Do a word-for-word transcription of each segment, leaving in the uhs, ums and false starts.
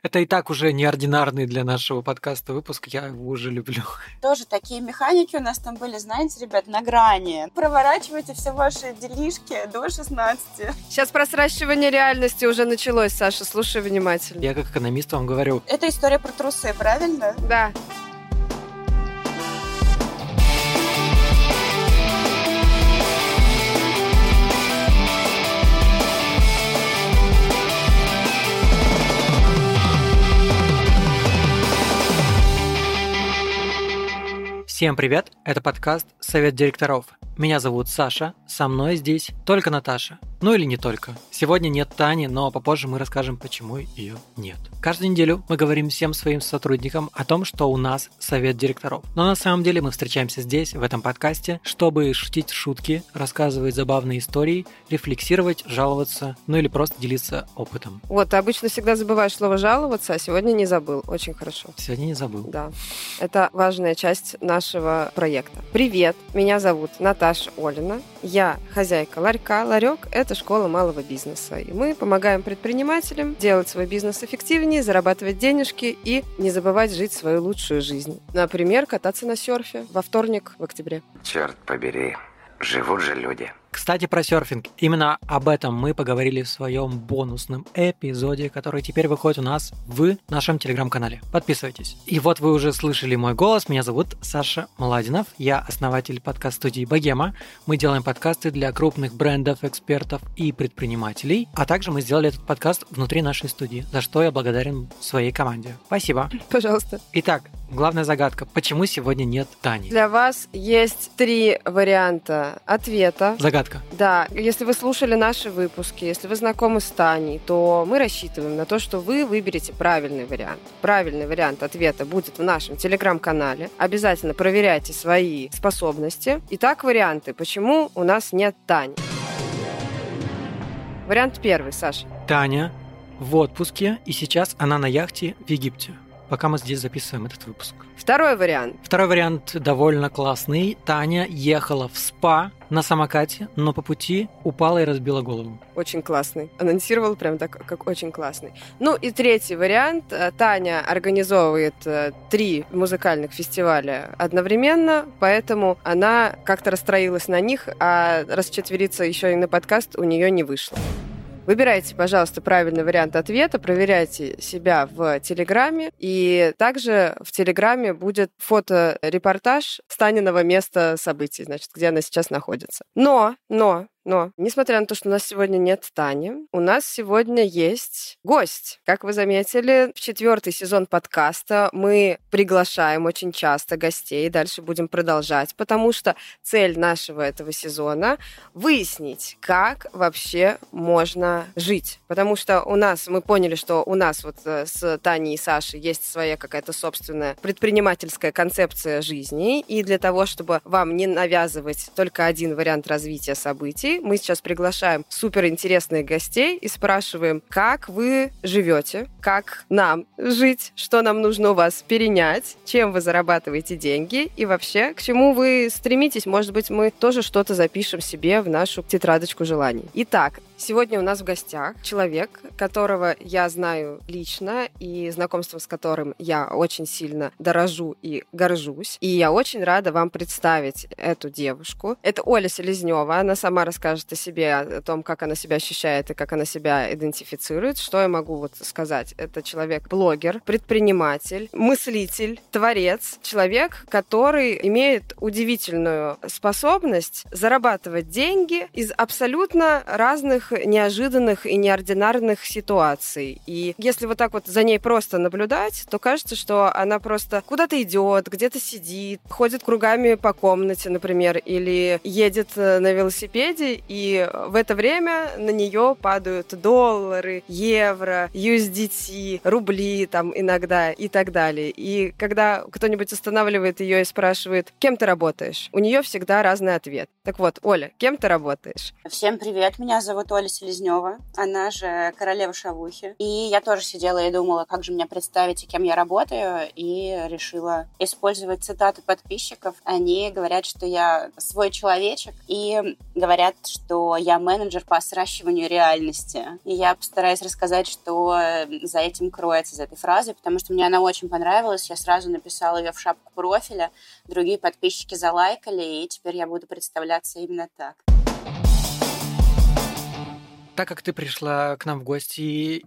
Это и так уже неординарный для нашего подкаста выпуск, я его уже люблю. Тоже такие механики у нас там были, знаете, ребят, на грани. Проворачивайте все ваши делишки до шестнадцати. Сейчас про сращивание реальности уже началось, Саша, слушай внимательно. Я как экономист вам говорю. Это история про трусы, правильно? Да. Всем привет, это подкаст «Совет директоров». Меня зовут Саша, со мной здесь только Наташа. Ну или не только. Сегодня нет Тани, но попозже мы расскажем, почему ее нет. Каждую неделю мы говорим всем своим сотрудникам о том, что у нас совет директоров. Но на самом деле мы встречаемся здесь, в этом подкасте, чтобы шутить шутки, рассказывать забавные истории, рефлексировать, жаловаться, ну или просто делиться опытом. Вот, ты обычно всегда забываешь слово «жаловаться», а сегодня не забыл. Очень хорошо. Сегодня не забыл. Да, это важная часть нашего проекта. Привет, меня зовут Наташа Олина. Я хозяйка ларька. Ларек – это школа малого бизнеса. И мы помогаем предпринимателям делать свой бизнес эффективнее, зарабатывать денежки и не забывать жить свою лучшую жизнь. Например, кататься на серфе во вторник в октябре. Черт побери, живут же люди. Кстати, про серфинг. Именно об этом мы поговорили в своем бонусном эпизоде, который теперь выходит у нас в нашем телеграм-канале. Подписывайтесь. И вот вы уже слышали мой голос. Меня зовут Саша Младинов. Я основатель подкаст-студии «Богема». Мы делаем подкасты для крупных брендов, экспертов и предпринимателей. А также мы сделали этот подкаст внутри нашей студии, за что я благодарен своей команде. Спасибо. Пожалуйста. Итак, главная загадка. Почему сегодня нет Тани? Для вас есть три варианта ответа. Загадка. Да, если вы слушали наши выпуски, если вы знакомы с Таней, то мы рассчитываем на то, что вы выберете правильный вариант. Правильный вариант ответа будет в нашем телеграм-канале. Обязательно проверяйте свои способности. Итак, варианты. Почему у нас нет Тани? Вариант первый, Саша. Таня в отпуске, и сейчас она на яхте в Египте, пока мы здесь записываем этот выпуск. Второй вариант. Второй вариант довольно классный. Таня ехала в спа на самокате, но по пути упала и разбила голову. Очень классный. Анонсировал прям так, как очень классный. Ну и третий вариант. Таня организовывает три музыкальных фестиваля одновременно, поэтому она как-то расстроилась на них, а расчетвериться еще и на подкаст у нее не вышло. Выбирайте, пожалуйста, правильный вариант ответа, проверяйте себя в Телеграме, и также в Телеграме будет фоторепортаж с Таниного места событий, значит, где она сейчас находится. Но, но, но, несмотря на то, что у нас сегодня нет Тани, у нас сегодня есть гость. Как вы заметили, в четвертый сезон подкаста мы приглашаем очень часто гостей, дальше будем продолжать, потому что цель нашего этого сезона — выяснить, как вообще можно жить. Потому что у нас, мы поняли, что у нас вот с Таней и Сашей есть своя какая-то собственная предпринимательская концепция жизни, и для того, чтобы вам не навязывать только один вариант развития событий, мы сейчас приглашаем суперинтересных гостей и спрашиваем, как вы живете, как нам жить, что нам нужно у вас перенять, чем вы зарабатываете деньги и вообще к чему вы стремитесь. Может быть, мы тоже что-то запишем себе в нашу тетрадочку желаний. Итак, сегодня у нас в гостях человек, которого я знаю лично и знакомством с которым я очень сильно дорожу и горжусь. И я очень рада вам представить эту девушку. Это Оля Селезнева. Она сама расскажет о себе, о том, как она себя ощущает и как она себя идентифицирует. Что я могу вот сказать? Это человек-блогер, предприниматель, мыслитель, творец. Человек, который имеет удивительную способность зарабатывать деньги из абсолютно разных неожиданных и неординарных ситуаций. И если вот так вот за ней просто наблюдать, то кажется, что она просто куда-то идет, где-то сидит, ходит кругами по комнате, например, или едет на велосипеде, и в это время на нее падают доллары, евро, ю эс ди ти, рубли там иногда и так далее. И когда кто-нибудь останавливает ее и спрашивает, кем ты работаешь, у нее всегда разный ответ. Так вот, Оля, кем ты работаешь? Всем привет, меня зовут Оля Селезнева, она же королева шавухи. И я тоже сидела и думала, как же меня представить и кем я работаю, и решила использовать цитаты подписчиков. Они говорят, что я свой человечек, и говорят, что я менеджер по сращиванию реальности. И я постараюсь рассказать, что за этим кроется, за этой фразой, потому что мне она очень понравилась. Я сразу написала ее в шапку профиля, другие подписчики залайкали, и теперь я буду представляться именно так. Так как ты пришла к нам в гости,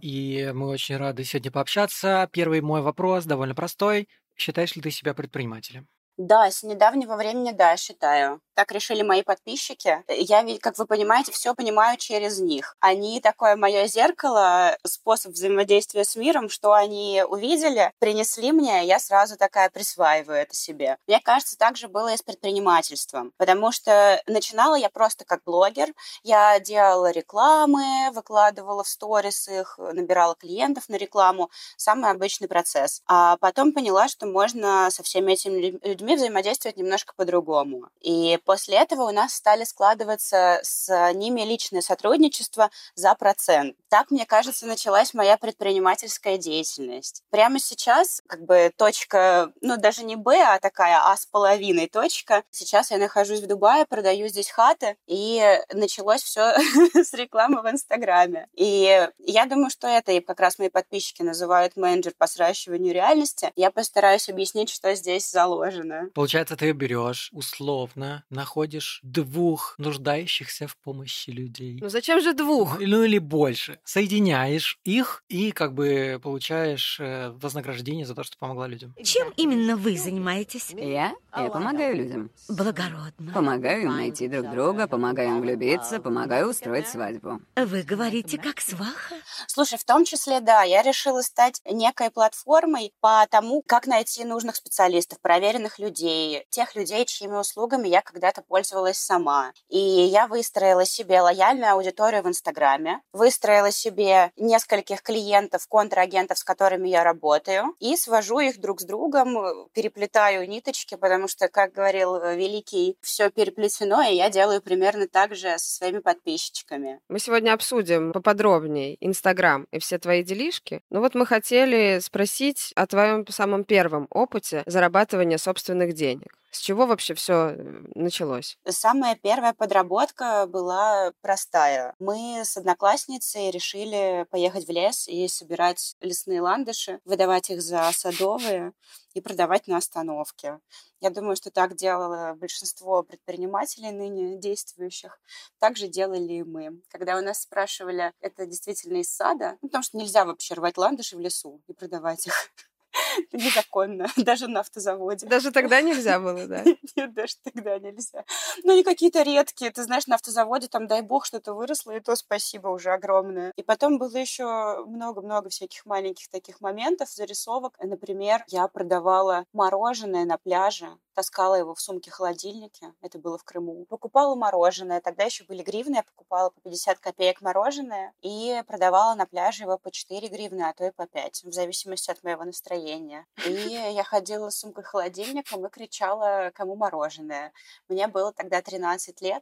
и мы очень рады сегодня пообщаться, первый мой вопрос довольно простой. Считаешь ли ты себя предпринимателем? Да, с недавнего времени, да, считаю. Так решили мои подписчики. Я ведь, как вы понимаете, все понимаю через них. Они такое мое зеркало, способ взаимодействия с миром, что они увидели, принесли мне, я сразу такая присваиваю это себе. Мне кажется, так же было и с предпринимательством, потому что начинала я просто как блогер. Я делала рекламы, выкладывала в сторис их, набирала клиентов на рекламу. Самый обычный процесс. А потом поняла, что можно со всеми этими людьми взаимодействовать немножко по-другому. И после этого у нас стали складываться с ними личное сотрудничество за процент. Так, мне кажется, началась моя предпринимательская деятельность. Прямо сейчас, как бы, точка, ну, даже не Б, а такая А с половиной точка. Сейчас я нахожусь в Дубае, продаю здесь хаты, и началось все с рекламы в Инстаграме. И я думаю, что это и как раз мои подписчики называют менеджер по сращиванию реальности. Я постараюсь объяснить, что здесь заложено. Получается, ты берешь условно, находишь двух нуждающихся в помощи людей. Ну зачем же двух? Ну или больше. Соединяешь их и как бы получаешь э, вознаграждение за то, что помогла людям. Чем именно вы занимаетесь? Я? Я помогаю людям. Благородно. Помогаю им найти друг друга, помогаю им влюбиться, помогаю устроить свадьбу. Вы говорите как сваха? Слушай, в том числе, да, я решила стать некой платформой по тому, как найти нужных специалистов, проверенных людей, тех людей, чьими услугами я когда-то пользовалась сама. И я выстроила себе лояльную аудиторию в Инстаграме, выстроила себе нескольких клиентов, контрагентов, с которыми я работаю, и свожу их друг с другом, переплетаю ниточки, потому что, как говорил великий, все переплетено, и я делаю примерно так же со своими подписчиками. Мы сегодня обсудим поподробнее Инстаграм и все твои делишки. Ну вот мы хотели спросить о твоем самом первом опыте зарабатывания собственных денег. С чего вообще все началось? Самая первая подработка была простая. Мы с одноклассницей решили поехать в лес и собирать лесные ландыши, выдавать их за садовые и продавать на остановке. Я думаю, что так делало большинство предпринимателей ныне действующих. Так же делали и мы. Когда у нас спрашивали, это действительно из сада, ну, потому что нельзя вообще рвать ландыши в лесу и продавать их. Это незаконно, даже на автозаводе. Даже тогда нельзя было, да? Нет, даже тогда нельзя. Ну, они какие-то редкие. Ты знаешь, на автозаводе там, дай бог, что-то выросло, и то спасибо уже огромное. И потом было еще много-много всяких маленьких таких моментов, зарисовок. Например, я продавала мороженое на пляже, таскала его в сумке-холодильнике, это было в Крыму. Покупала мороженое, тогда еще были гривны, я покупала по пятьдесят копеек мороженое и продавала на пляже его по четыре гривны, а то и по пять, в зависимости от моего настроения. И я ходила с сумкой-холодильником и кричала, кому мороженое. Мне было тогда тринадцать лет.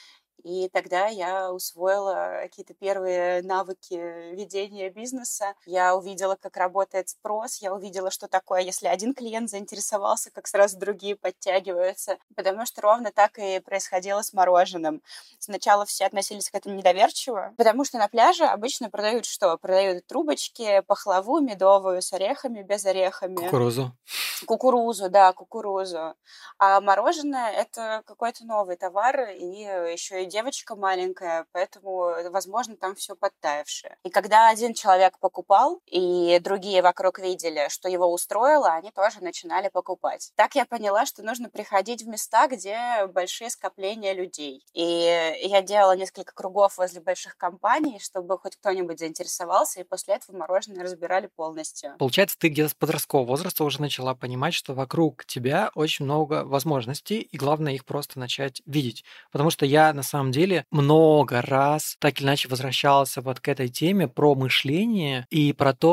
И тогда я усвоила какие-то первые навыки ведения бизнеса. Я увидела, как работает спрос. Я увидела, что такое, если один клиент заинтересовался, как сразу другие подтягиваются. Потому что ровно так и происходило с мороженым. Сначала все относились к этому недоверчиво, потому что на пляже обычно продают что? Продают трубочки, пахлаву медовую с орехами, без орехами. Кукурузу. Кукурузу, да, кукурузу. А мороженое — это какой-то новый товар, и еще и девочка маленькая, поэтому, возможно, там все подтаявшее. И когда один человек покупал, и другие вокруг видели, что его устроило, они тоже начинали покупать. Так я поняла, что нужно приходить в места, где большие скопления людей. И я делала несколько кругов возле больших компаний, чтобы хоть кто-нибудь заинтересовался, и после этого мороженое разбирали полностью. Получается, ты где-то с подросткового возраста уже начала понимать, что вокруг тебя очень много возможностей, и главное их просто начать видеть. Потому что я, на самом деле, много раз так или иначе возвращался вот к этой теме про мышление и про то, что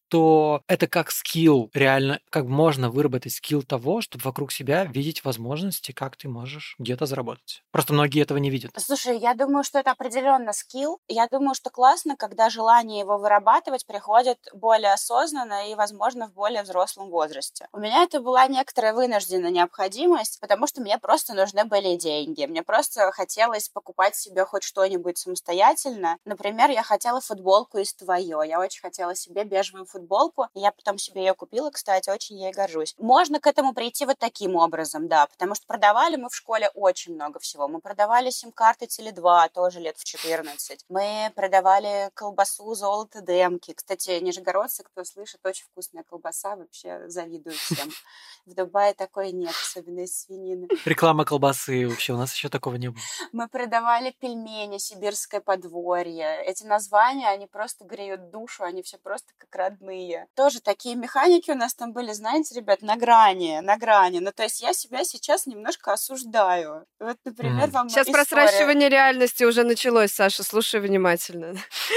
что это как скилл, реально, как можно выработать скилл того, чтобы вокруг себя видеть возможности, как ты можешь где-то заработать. Просто многие этого не видят. Слушай, я думаю, что это определенно скилл. Я думаю, что классно, когда желание его вырабатывать приходит более осознанно и, возможно, в более взрослом возрасте. У меня это была некоторая вынужденная необходимость, потому что мне просто нужны были деньги. Мне просто хотелось покупать себе хоть что-нибудь самостоятельно. Например, я хотела футболку из «Твое». Я очень хотела себе бежевую футболку. И я потом себе ее купила, кстати, очень ей горжусь. Можно к этому прийти вот таким образом, да, потому что продавали мы в школе очень много всего. Мы продавали сим-карты Теле два, тоже лет в четырнадцать. Мы продавали колбасу «Золото Демки». Кстати, нижегородцы, кто слышит, очень вкусная колбаса, вообще завидую всем. В Дубае такой нет, особенно из свинины. Реклама колбасы вообще, у нас еще такого не было. Мы продавали пельмени «Сибирское подворье». Эти названия, они просто греют душу, они все просто как родные. Тоже такие механики у нас там были, знаете, ребят, на грани, на грани. Ну, то есть я себя сейчас немножко осуждаю. Вот, например, Mm. вам Сейчас история. просращивание реальности уже началось, Саша, слушай внимательно.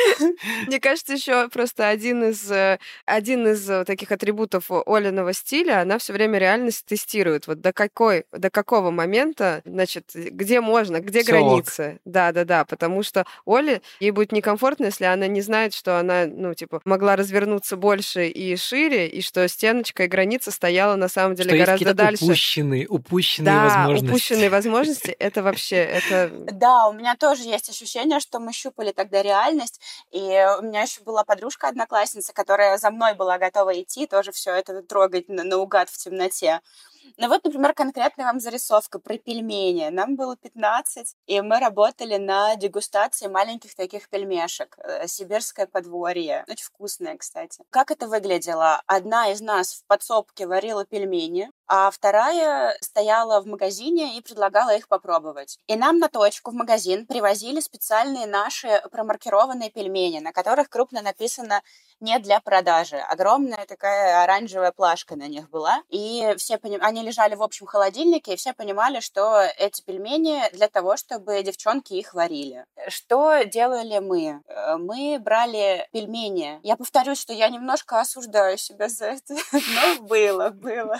Мне кажется, еще просто один из, э, один из э, таких атрибутов Олиного стиля, она все время реальность тестирует. Вот до какой, до какого момента, значит, где можно, где Всё ок. границы. Да-да-да, потому что Оле, ей будет некомфортно, если она не знает, что она, ну, типа, могла развернуться больше и шире, и что стеночка и граница стояла на самом деле Что есть гораздо какие-то дальше. упущенные, упущенные Да, возможности. упущенные возможности, это вообще, это... Да, у меня тоже есть ощущение, что мы щупали тогда реальность, и у меня еще была подружка-одноклассница, которая за мной была готова идти, тоже все это трогать на- наугад в темноте. Ну вот, например, конкретная вам зарисовка про пельмени. Нам было пятнадцать, и мы работали на дегустации маленьких таких пельмешек. э, Сибирское подворье. Очень вкусное, кстати. Как это выглядело? Одна из нас в подсобке варила пельмени, а вторая стояла в магазине и предлагала их попробовать. И нам на точку в магазин привозили специальные наши промаркированные пельмени, на которых крупно написано «не для продажи». Огромная такая оранжевая плашка на них была. И все пони- они лежали в общем холодильнике, и все понимали, что эти пельмени для того, чтобы девчонки их варили. Что делали мы? Э, Мы брали пельмени. Я повторюсь, что я немножко осуждаю себя за это, но было, было.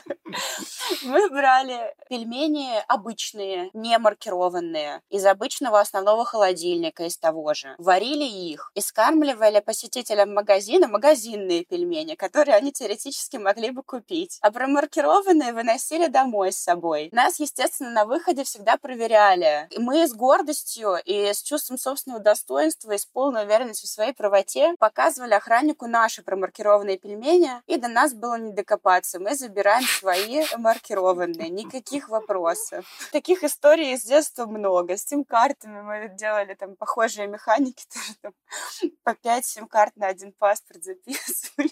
Мы брали пельмени обычные, не маркированные, из обычного основного холодильника, из того же. Варили их и скармливали посетителям магазина магазинные пельмени, которые они теоретически могли бы купить. А промаркированные выносили домой с собой. Нас, естественно, на выходе всегда проверяли. И мы с гордостью и с чувством собственного достоинства и с полной уверенностью в своей правоте показывали охраннику наши промаркированные пельмени, и до нас было не докопаться. Мы забираем свои маркированные, никаких вопросов. Таких историй из детства много. С сим-картами мы делали там похожие механики, тоже там по пять сим-карт на один паспорт записывали.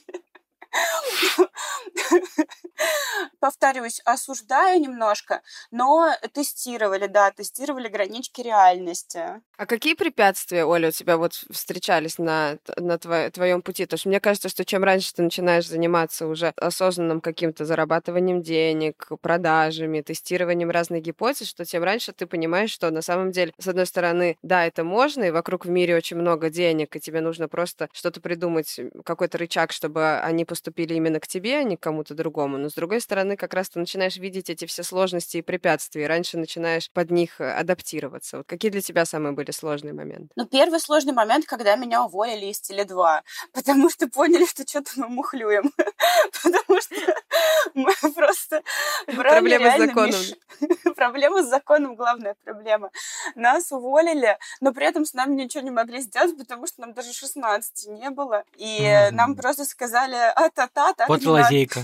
Повторюсь, осуждаю немножко, но тестировали, да, тестировали гранички реальности. А какие препятствия, Оля, у тебя вот встречались на, т- на тво- твоем пути? Потому что мне кажется, что чем раньше ты начинаешь заниматься уже осознанным каким-то зарабатыванием денег, продажами, тестированием разных гипотез, что тем раньше ты понимаешь, что на самом деле, с одной стороны, да, это можно, и вокруг в мире очень много денег, и тебе нужно просто что-то придумать, какой-то рычаг, чтобы они поступили именно к тебе, а не к кому-то другому. Но с другой стороны, как раз ты начинаешь видеть эти все сложности и препятствия, и раньше начинаешь под них э, адаптироваться. Вот какие для тебя самые были сложные моменты? Ну, первый сложный момент, когда меня уволили из Теле два, потому что поняли, что что-то мы мухлюем. Потому что мы просто брали Проблемы с реально законом. меш- Проблема с законом, главная проблема. Нас уволили, но при этом с нами ничего не могли сделать, потому что нам даже шестнадцати не было. И Мгм. нам просто сказали, а-та-та, так Вот не надо. лазейка.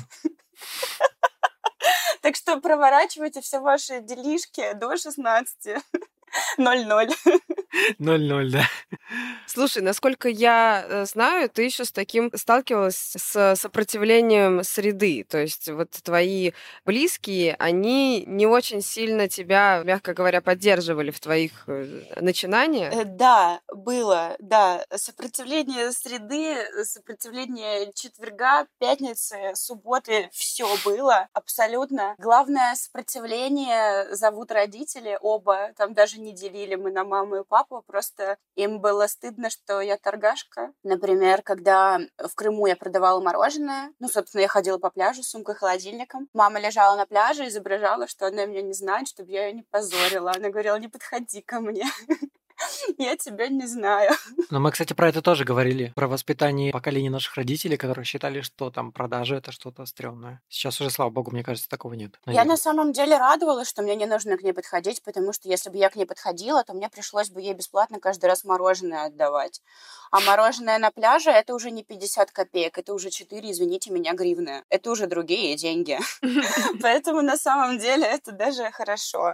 Так что проворачивайте все ваши делишки до шестнадцати. Ноль-ноль. Ноль-ноль, да. Слушай, насколько я э, знаю, ты еще с таким сталкивалась с сопротивлением среды. То есть вот твои близкие, они не очень сильно тебя, мягко говоря, поддерживали в твоих э, начинаниях. Э, Да, было, да. Сопротивление среды, сопротивление четверга, пятницы, субботы, все было абсолютно. Главное сопротивление зовут родители оба, там даже не делили мы на маму и папу, просто им было было стыдно, что я торгашка. Например, когда в Крыму я продавала мороженое, ну, собственно, я ходила по пляжу с сумкой-холодильником. Мама лежала на пляже и изображала, что она меня не знает, чтобы я ее не позорила. Она говорила, не подходи ко мне. Я тебя не знаю. Но мы, кстати, про это тоже говорили, про воспитание поколения наших родителей, которые считали, что там продажа — это что-то стрёмное. Сейчас уже, слава богу, мне кажется, такого нет. Я на самом деле радовалась, что мне не нужно к ней подходить, потому что если бы я к ней подходила, то мне пришлось бы ей бесплатно каждый раз мороженое отдавать. А мороженое на пляже — это уже не пятьдесят копеек, это уже четыре, извините меня, гривны. Это уже другие деньги. Поэтому на самом деле это даже хорошо.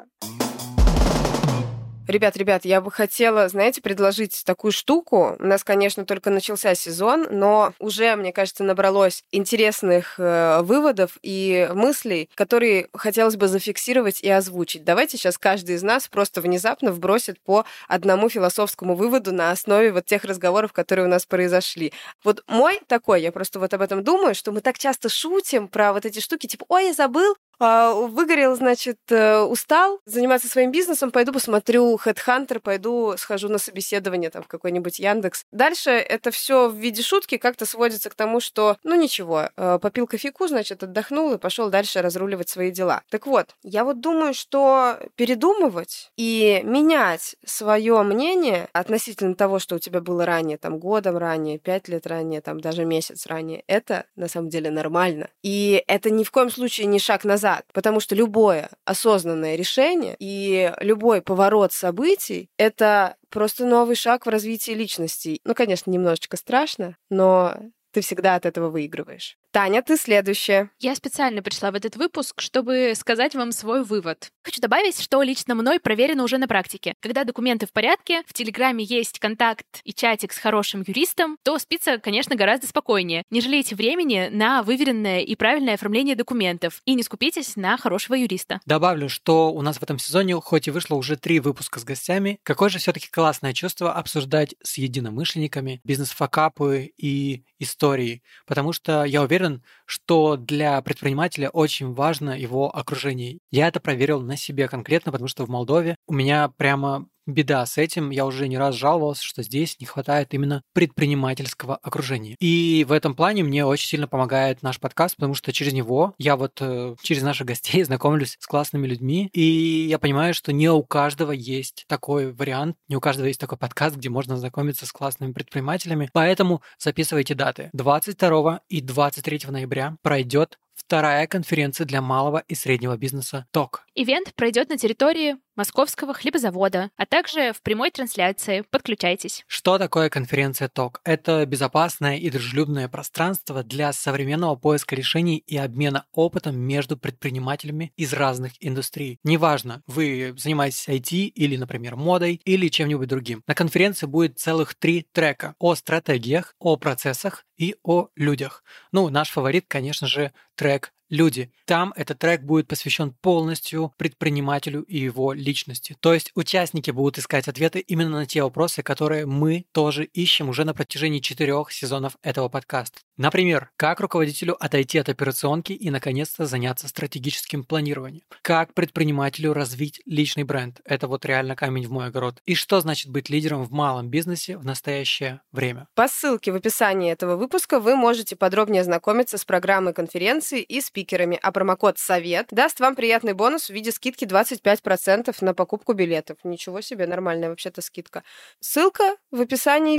Ребят, ребят, я бы хотела, знаете, предложить такую штуку. У нас, конечно, только начался сезон, но уже, мне кажется, набралось интересных э, выводов и мыслей, которые хотелось бы зафиксировать и озвучить. Давайте сейчас каждый из нас просто внезапно вбросит по одному философскому выводу на основе вот тех разговоров, которые у нас произошли. Вот мой такой, я просто вот об этом думаю, что мы так часто шутим про вот эти штуки, типа, ой, я забыл, выгорел, значит, устал заниматься своим бизнесом, пойду посмотрю HeadHunter, пойду схожу на собеседование там в какой-нибудь Яндекс. Дальше это все в виде шутки как-то сводится к тому, что, ну ничего, попил кофейку, значит, отдохнул и пошел дальше разруливать свои дела. Так вот, я вот думаю, что передумывать и менять свое мнение относительно того, что у тебя было ранее, там, годом ранее, пять лет ранее, там, даже месяц ранее, это на самом деле нормально. И это ни в коем случае не шаг назад. Потому что любое осознанное решение и любой поворот событий — это просто новый шаг в развитии личности. Ну, конечно, немножечко страшно, но ты всегда от этого выигрываешь. Таня, ты следующая. Я специально пришла в этот выпуск, чтобы сказать вам свой вывод. Хочу добавить, что лично мной проверено уже на практике. Когда документы в порядке, в Телеграме есть контакт и чатик с хорошим юристом, то спится, конечно, гораздо спокойнее. Не жалейте времени на выверенное и правильное оформление документов и не скупитесь на хорошего юриста. Добавлю, что у нас в этом сезоне, хоть и вышло уже три выпуска с гостями, какое же все-таки классное чувство обсуждать с единомышленниками бизнес-факапы и истории, потому что я уверен, что для предпринимателя очень важно его окружение. Я это проверил на себе конкретно, потому что в Молдове у меня прямо беда с этим. Я уже не раз жаловался, что здесь не хватает именно предпринимательского окружения. И в этом плане мне очень сильно помогает наш подкаст, потому что через него я вот э, через наших гостей знакомлюсь с классными людьми, и я понимаю, что не у каждого есть такой вариант, не у каждого есть такой подкаст, где можно знакомиться с классными предпринимателями. Поэтому записывайте даты. двадцать второго и двадцать третьего ноября пройдет вторая конференция для малого и среднего бизнеса ТОК. Ивент пройдет на территории Московского хлебозавода, а также в прямой трансляции. Подключайтесь. Что такое конференция ТОК? Это безопасное и дружелюбное пространство для современного поиска решений и обмена опытом между предпринимателями из разных индустрий. Неважно, вы занимаетесь ай ти или, например, модой или чем-нибудь другим. На конференции будет целых три трека о стратегиях, о процессах и о людях. Ну, наш фаворит, конечно же, трек «Люди». Там этот трек будет посвящен полностью предпринимателю и его личности. То есть участники будут искать ответы именно на те вопросы, которые мы тоже ищем уже на протяжении четырех сезонов этого подкаста. Например, как руководителю отойти от операционки и наконец-то заняться стратегическим планированием. Как предпринимателю развить личный бренд. Это вот реально камень в мой огород. И что значит быть лидером в малом бизнесе в настоящее время. По ссылке в описании этого выпуска вы можете подробнее ознакомиться с программой конференции и спикерами, а промокод «Совет» даст вам приятный бонус в виде скидки двадцать пять процентов на покупку билетов. Ничего себе, нормальная вообще-то скидка. Ссылка в описании.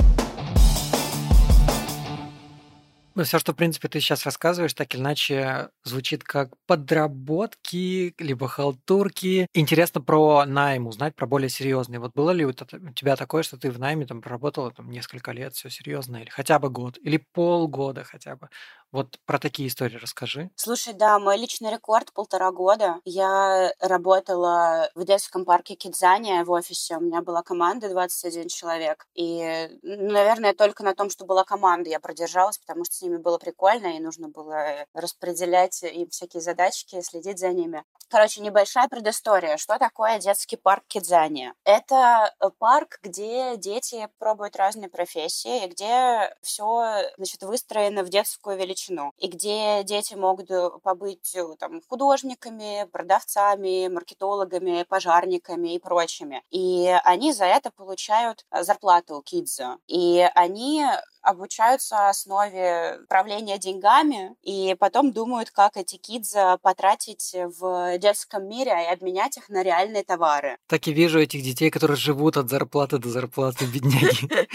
Ну, все, что, в принципе, ты сейчас рассказываешь, так или иначе звучит как подработки, либо халтурки. Интересно про найм узнать, про более серьезные. Вот было ли у тебя такое, что ты в найме там проработала там, несколько лет, все серьезно, или хотя бы год, или полгода хотя бы? Вот про такие истории расскажи. Слушай, да, мой личный рекорд полтора года. Я работала в детском парке Кидзания в офисе. У меня была команда двадцать один человек. И, ну, наверное, только на том, что была команда, я продержалась, потому что с ними было прикольно, и нужно было распределять им всякие задачки, следить за ними. Короче, небольшая предыстория. Что такое детский парк Кидзания? Это парк, где дети пробуют разные профессии, и где все, значит, выстроено в детскую величину. величину, и где дети могут побыть там художниками, продавцами, маркетологами, пожарниками и прочими. И они за это получают зарплату Кидза. И они обучаются основе управления деньгами, и потом думают, как эти кидза потратить в детском мире и обменять их на реальные товары. Так и вижу этих детей, которые живут от зарплаты до зарплаты, бедняги.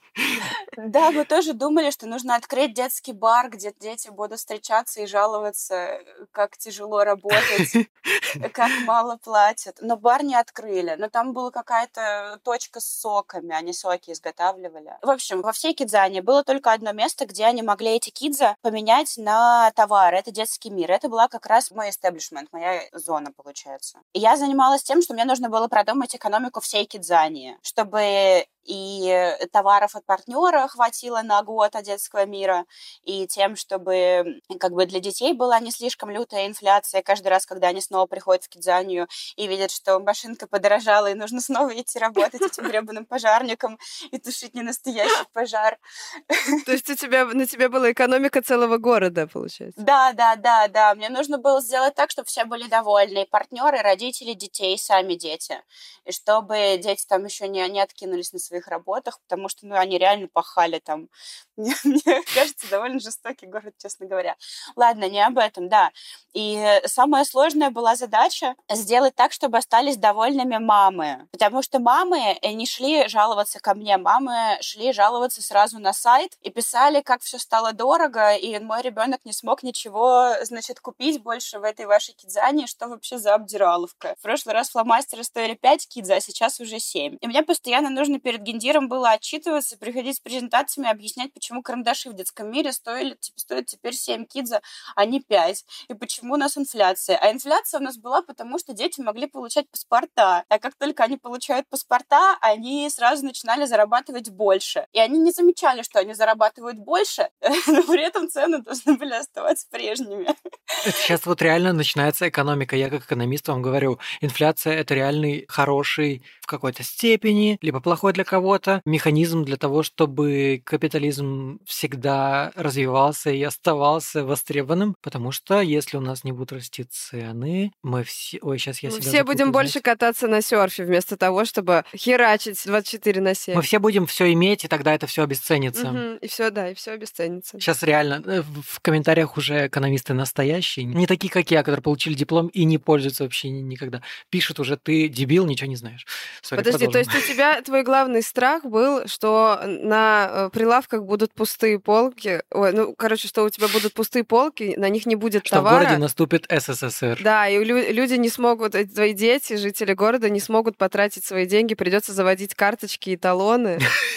Да, мы тоже думали, что нужно открыть детский бар, где дети будут встречаться и жаловаться, как тяжело работать, как мало платят. Но бар не открыли. Но там была какая-то точка с соками, они соки изготавливали. В общем, во всей Кидзане было только одно место, где они могли эти кидза поменять на товары. Это детский мир. Это была как раз мой эстеблишмент, моя зона, получается. И я занималась тем, что мне нужно было продумать экономику всей Кидзани, чтобы и товаров от партнера хватило на год от детского мира, и тем, чтобы как бы для детей была не слишком лютая инфляция каждый раз, когда они снова приходят в Кидзанию и видят, что машинка подорожала, и нужно снова идти работать этим гребаным пожарником и тушить ненастоящий пожар. То есть у тебя, на тебя была экономика целого города, получается? Да, да, да, да. Мне нужно было сделать так, чтобы все были довольны. И партнеры, родители детей, сами дети. И чтобы дети там еще не, не откинулись на своих работах, потому что, ну, они реально пахали там. Мне, мне кажется, довольно жестокий город, честно говоря. Ладно, не об этом, да. И самая сложная была задача сделать так, чтобы остались довольными мамы. Потому что мамы не шли жаловаться ко мне, мамы шли жаловаться сразу на сайт и писали, как все стало дорого, и мой ребенок не смог ничего, значит, купить больше в этой вашей Кидзане, что вообще за обдираловка. В прошлый раз фломастеры стоили пять кидза, а сейчас уже семь. И мне постоянно нужно перед гендиром было отчитываться, приходить с презентациями, объяснять, почему карандаши в детском мире стоили, типа, стоят теперь семь кидза, а не пять. И почему у нас инфляция. А инфляция у нас была, потому что дети могли получать паспорта. А как только они получают паспорта, они сразу начинали зарабатывать больше. И они не замечали, что они зарабатывают больше, но при этом цены должны были оставаться прежними. Это сейчас вот реально начинается экономика. Я как экономист вам говорю, инфляция – это реальный хороший в какой-то степени, либо плохой для кого-то механизм для того, чтобы капитализм всегда развивался и оставался востребованным, потому что если у нас не будут расти цены, мы все... Ой, сейчас я мы себя все запутаю, будем больше знаете. кататься на серфе вместо того, чтобы херачить двадцать четыре на семь. Мы все будем все иметь, и тогда это все обесценится. Мгм. И все, да, и все обесценится. Сейчас реально э, в комментариях уже экономисты настоящие, не такие, как я, которые получили диплом и не пользуются вообще ни- никогда. Пишут уже, ты дебил, ничего не знаешь. Сори, Подожди, то продолжим. есть у тебя твой главный страх был, что на э, прилавках будут пустые полки, ой, ну, короче, что у тебя будут пустые полки, на них не будет Что в товара. городе наступит СССР. Да, и лю- люди не смогут, э, твои дети, жители города не смогут потратить свои деньги, придется заводить карточки и талоны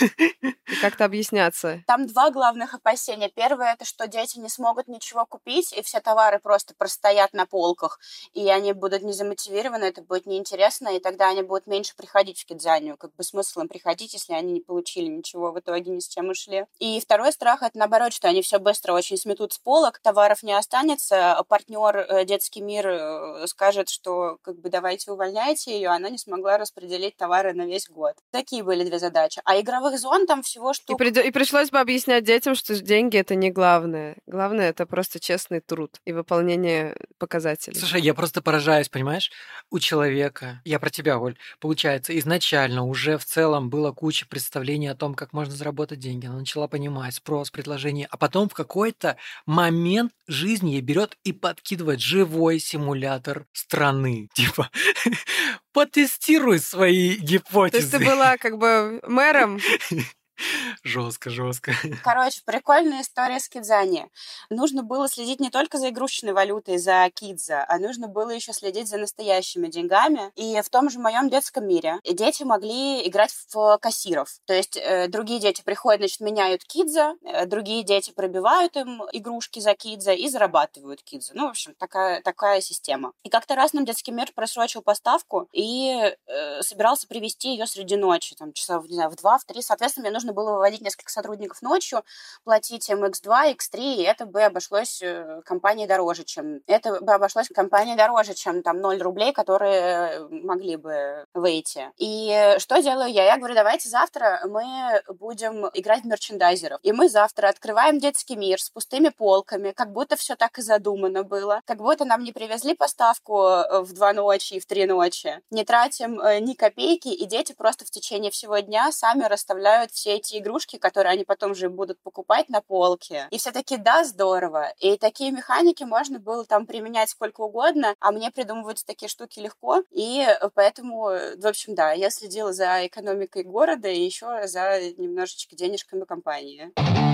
и как-то объясняться. Там два главных опасения. Первое, это что дети не смогут ничего купить, и все товары просто простоят на полках, и они будут не замотивированы, это будет неинтересно, и тогда они будут меньше приходить в Кидзанию. Как бы смысл им приходить, если они не получили ничего, в итоге ни с чем ушли. И второй страх, это наоборот, что они все быстро очень сметут с полок, товаров не останется, партнер Детский мир э, скажет, что как бы давайте увольняйте ее, она не смогла распределить товары на весь год. Такие были две задачи. А игровых зон там всего И, штук... прид- и пришлось бы объяснять детям, что деньги это не главное. Главное это просто честный труд и выполнение показателей. Слушай, я просто поражаюсь, понимаешь? У человека, я про тебя, Оль, получается, изначально уже в целом было куча представлений о том, как можно заработать деньги. Она начала понимать спрос, предложение, а потом в какой-то момент жизни ей берет и подкидывает живой симулятор страны. Типа, потестируй свои То есть гипотезы. ты была как бы мэром. Жестко, жестко. Короче, прикольная история с Кидзани. Нужно было следить не только за игрушечной валютой, за кидза, а нужно было еще следить за настоящими деньгами. И в том же моем детском мире дети могли играть в кассиров. То есть э, другие дети приходят, значит, меняют кидза, э, другие дети пробивают им игрушки за кидза и зарабатывают кидза. Ну, в общем, такая, такая система. И как-то раз нам детский мир просрочил поставку и э, собирался привезти ее среди ночи, там, часов, не знаю, в два, в три. Соответственно, мне нужно было выводить несколько сотрудников ночью, платить им икс два, икс три, и это бы обошлось компании дороже, чем... Это бы обошлось компании дороже, чем там ноль рублей, которые могли бы выйти. И что делаю я? Я говорю, давайте завтра мы будем играть в мерчендайзеров. И мы завтра открываем детский мир с пустыми полками, как будто все так и задумано было. Как будто нам не привезли поставку в два ночи и в три ночи. Не тратим ни копейки, и дети просто в течение всего дня сами расставляют все эти игрушки, которые они потом же будут покупать на полке. И все таки да, здорово. И такие механики можно было там применять сколько угодно, а мне придумывать такие штуки легко. И поэтому, в общем, да, я следила за экономикой города и еще за немножечко денежками компании.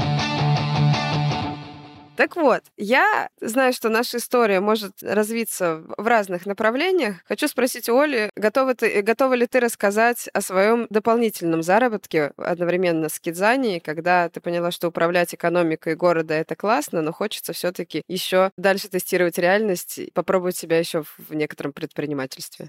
Так вот, я знаю, что наша история может развиться в разных направлениях. Хочу спросить у Оли, готова, ты, готова ли ты рассказать о своем дополнительном заработке одновременно с Кидзани, когда ты поняла, что управлять экономикой города — это классно, но хочется все-таки еще дальше тестировать реальность, попробовать себя еще в некотором предпринимательстве?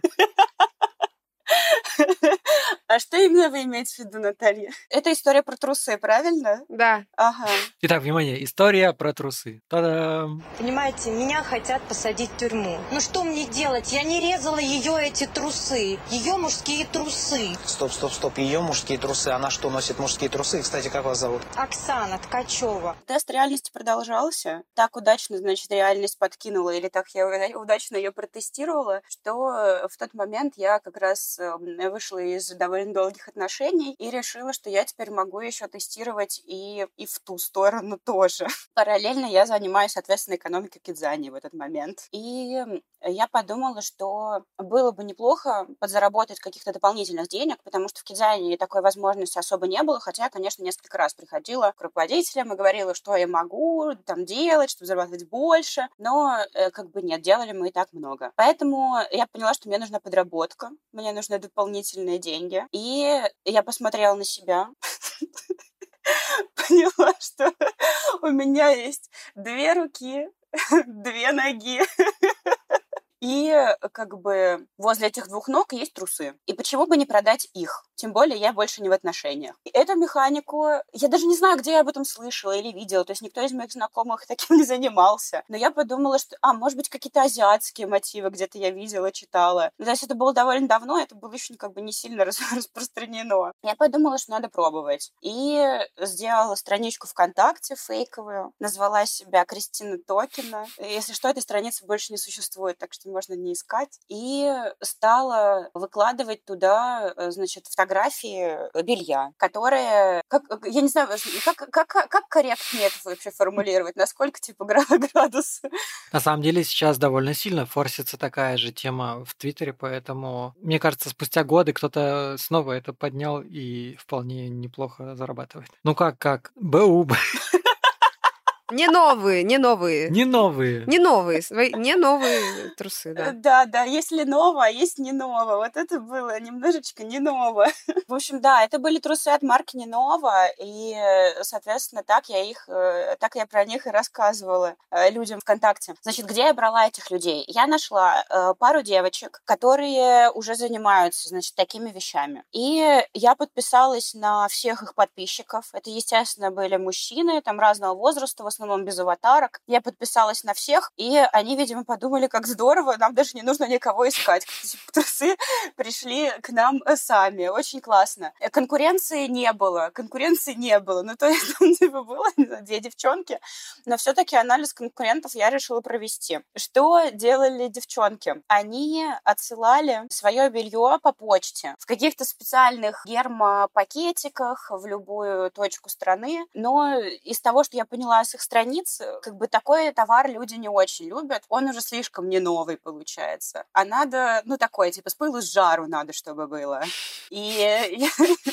А что именно вы имеете в виду, Наталья? Это история про трусы, правильно? Да. Ага. Итак, внимание, история про трусы. Та-дам! Понимаете, меня хотят посадить в тюрьму. Ну что мне делать? Я не резала ее эти трусы. Ее мужские трусы. Стоп, стоп, стоп. Ее мужские трусы. Она что, носит мужские трусы? Кстати, как вас зовут? Оксана Ткачева. Тест реальности продолжался. Так удачно, значит, реальность подкинула, или так я удачно ее протестировала, что в тот момент я как раз вышла из довольно долгих отношений и решила, что я теперь могу еще тестировать и, и в ту сторону тоже. Параллельно я занимаюсь, соответственно, экономикой Кидзани в этот момент. И я подумала, что было бы неплохо подзаработать каких-то дополнительных денег, потому что в Кидзани такой возможности особо не было, хотя я, конечно, несколько раз приходила к руководителям и говорила, что я могу там делать, чтобы зарабатывать больше, но как бы нет, делали мы и так много. Поэтому я поняла, что мне нужна подработка, мне нужны дополнительные деньги, и я посмотрела на себя, поняла, что у меня есть две руки, две ноги. И как бы возле этих двух ног есть трусы. И почему бы не продать их? Тем более я больше не в отношениях. И эту механику... Я даже не знаю, где я об этом слышала или видела. То есть никто из моих знакомых таким не занимался. Но я подумала, что... А, может быть, какие-то азиатские мотивы где-то я видела, читала. Ну, то есть это было довольно давно, это было еще как бы не сильно распространено. Я подумала, что надо пробовать. И сделала страничку ВКонтакте фейковую. Назвала себя Кристина Токина. Если что, этой страницы больше не существует, так что можно не искать, и стала выкладывать туда, значит, фотографии белья, которые, как, я не знаю, как, как, как корректнее это вообще формулировать, насколько, типа, градус. На самом деле сейчас довольно сильно форсится такая же тема в Твиттере, поэтому, мне кажется, спустя годы кто-то снова это поднял и вполне неплохо зарабатывает. Ну как, как? БУ. Не новые, не новые. Не новые. Не новые, свои, не новые трусы, да. Да, да, если ново, а есть не ново. Вот это было немножечко не ново. В общем, да, это были трусы от марки не ново, и, соответственно, так я их, так я про них и рассказывала людям ВКонтакте. Значит, где я брала этих людей? Я нашла пару девочек, которые уже занимаются, значит, такими вещами. И я подписалась на всех их подписчиков. Это, естественно, были мужчины, там, разного возраста, в основном без аватарок. Я подписалась на всех, и они, видимо, подумали, как здорово, нам даже не нужно никого искать. Трусы пришли к нам сами. Очень классно. Конкуренции не было. Конкуренции не было. Ну, то есть, там, типа, было две девчонки, но все-таки анализ конкурентов я решила провести. Что делали девчонки? Они отсылали свое белье по почте в каких-то специальных гермопакетиках в любую точку страны, но из того, что я поняла с их страниц, как бы такой товар люди не очень любят. Он уже слишком не новый получается. А надо, ну, такой, типа, с пылу с жару надо, чтобы было. И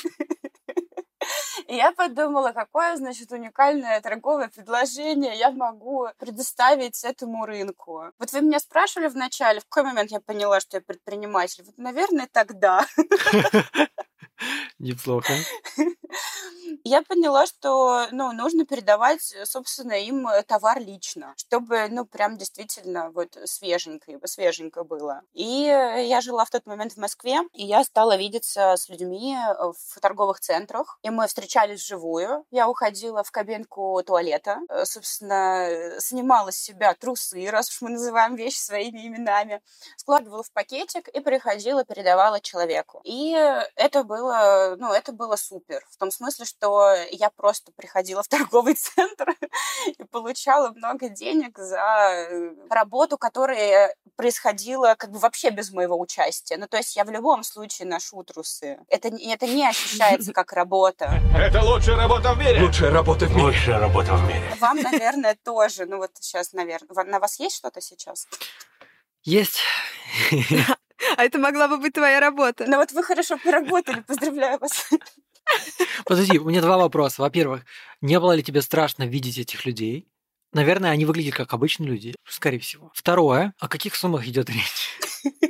я подумала, какое, значит, уникальное торговое предложение я могу предоставить этому рынку. Вот вы меня спрашивали вначале, в какой момент я поняла, что я предприниматель? Вот, наверное, тогда. Неплохо. Я поняла, что, ну, нужно передавать, собственно, им товар лично, чтобы, ну, прям действительно вот свеженько, свеженько было. И я жила в тот момент в Москве, и я стала видеться с людьми в торговых центрах, и мы встречались вживую. Я уходила в кабинку туалета, собственно, снимала с себя трусы, раз уж мы называем вещи своими именами, складывала в пакетик и приходила, передавала человеку. И это было, ну, это было супер, в том смысле, что я просто приходила в торговый центр и получала много денег за работу, которая происходила как бы вообще без моего участия. Ну, то есть я в любом случае ношу трусы. Это, это не ощущается как работа. Это лучшая работа в мире! Лучшая работа в мире! Лучшая работа в мире! Вам, наверное, тоже. Ну, вот сейчас, наверное. На вас есть что-то сейчас? Есть. А это могла бы быть твоя работа. Ну, вот вы хорошо поработали. Поздравляю вас. Подожди, у меня два вопроса. Во-первых, не было ли тебе страшно видеть этих людей? Наверное, они выглядят как обычные люди, скорее всего. Второе, о каких суммах идет речь?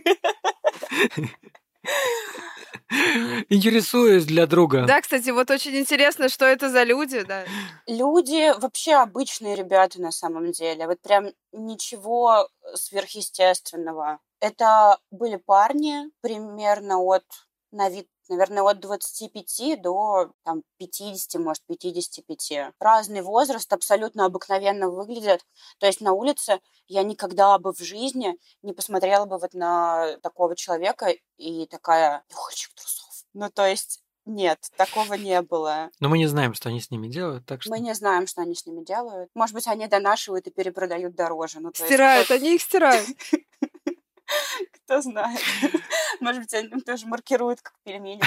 Интересуюсь для друга. Да, кстати, вот очень интересно, что это за люди, да. Люди вообще обычные ребята на самом деле. Вот прям ничего сверхъестественного. Это были парни примерно от, на вид, наверное, от двадцати пяти до там, пятидесяти, может, пятидесяти пяти. Разный возраст, абсолютно обыкновенно выглядят. То есть на улице я никогда бы в жизни не посмотрела бы вот на такого человека и такая, я хочу трусов. Ну, то есть нет, такого не было. Но мы не знаем, что они с ними делают, так что... Мы не знаем, что они с ними делают. Может быть, они донашивают и перепродают дороже. Ну, то стирают, есть... они их стирают. Кто знает. Может быть, они тоже маркируют как пельмени.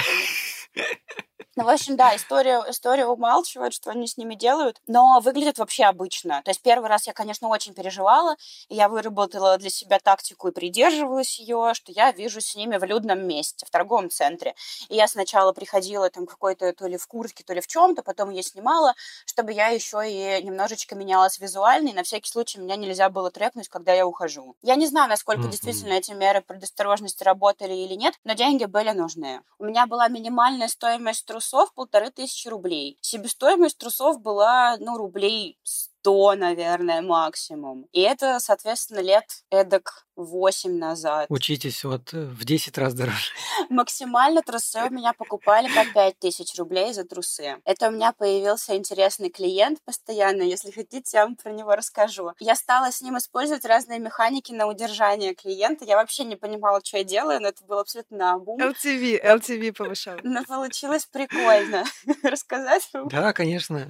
Ну, в общем, да, история, история умалчивает, что они с ними делают, но выглядят вообще обычно. То есть первый раз я, конечно, очень переживала, и я выработала для себя тактику и придерживалась ее, что я вижу с ними в людном месте, в торговом центре. И я сначала приходила там какой-то то ли в куртке, то ли в чем-то, потом ее снимала, чтобы я еще и немножечко менялась визуально, и на всякий случай меня нельзя было трекнуть, когда я ухожу. Я не знаю, насколько mm-hmm. действительно эти меры предосторожности работали или нет, но деньги были нужны. У меня была минимальная стоимость трусов полторы тысячи рублей. Себестоимость трусов была, ну, рублей сто, наверное, максимум. И это, соответственно, лет эдак восемь назад. Учитесь вот в десять раз дороже. Максимально трусы у меня покупали по пять тысяч рублей за трусы. Это у меня появился интересный клиент постоянно. Если хотите, я вам про него расскажу. Я стала с ним использовать разные механики на удержание клиента. Я вообще не понимала, что я делаю, но это было абсолютно наобум. эл ти ви, эл ти ви повышал. Но получилось прикольно. Рассказать вам? Да, конечно.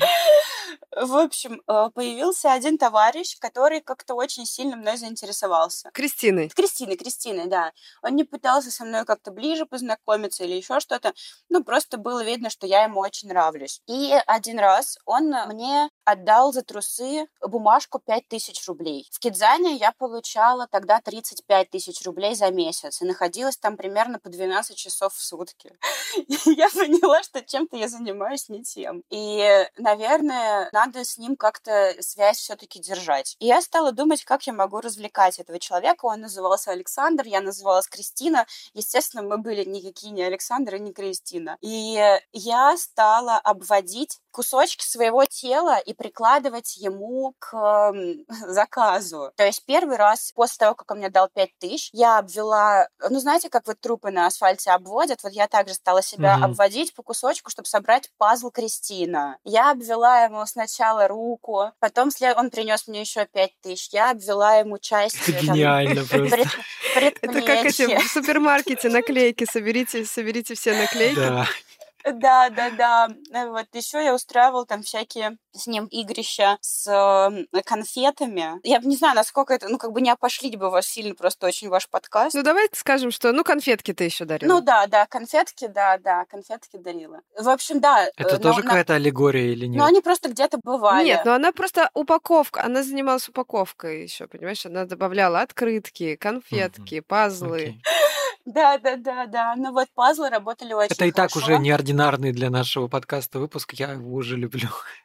В общем, появился один товарищ, который как-то очень сильно мной заинтересовался. Кристиной. Кристиной, Кристиной, да. Он не пытался со мной как-то ближе познакомиться или еще что-то. Ну, просто было видно, что я ему очень нравлюсь. И один раз он мне отдал за трусы бумажку пять тысяч рублей. В Кидзане я получала тогда тридцать пять тысяч рублей за месяц и находилась там примерно по двенадцать часов в сутки. И я поняла, что чем-то я занимаюсь не тем. И, наверное, надо с ним как-то связь все-таки держать. И я стала думать, как я могу развлекать этого человека. Он назывался Александр, я называлась Кристина. Естественно, мы были никакие не Александр и не Кристина. И я стала обводить кусочки своего тела и прикладывать ему к заказу. То есть первый раз после того, как он мне дал пять тысяч, я обвела... Ну, знаете, как вот трупы на асфальте обводят? Вот я также стала себя mm-hmm. обводить по кусочку, чтобы собрать пазл Кристина. Я обвела ему сначала руку, потом след... он принес мне еще пять тысяч. Я обвела ему часть... Это гениально просто. Это как эти в супермаркете наклейки. Соберите, соберите все наклейки. Да. Да, да, да. Вот еще я устраивала там всякие с ним игрища с э, конфетами. Я не знаю, насколько это, ну, как бы не опошлить бы вас сильно, просто очень ваш подкаст. Ну, давайте скажем, что, ну, конфетки ты еще дарила. Ну, да, да, конфетки, да, да, конфетки дарила. В общем, да. Это но, тоже но, какая-то аллегория или нет? Ну, они просто где-то бывали. Нет, но она просто упаковка, она занималась упаковкой еще, понимаешь? Она добавляла открытки, конфетки, угу. пазлы. Окей. Да, да, да, да. Ну вот пазлы работали очень Это и хорошо. так уже неординарный для нашего подкаста выпуск, я его уже люблю.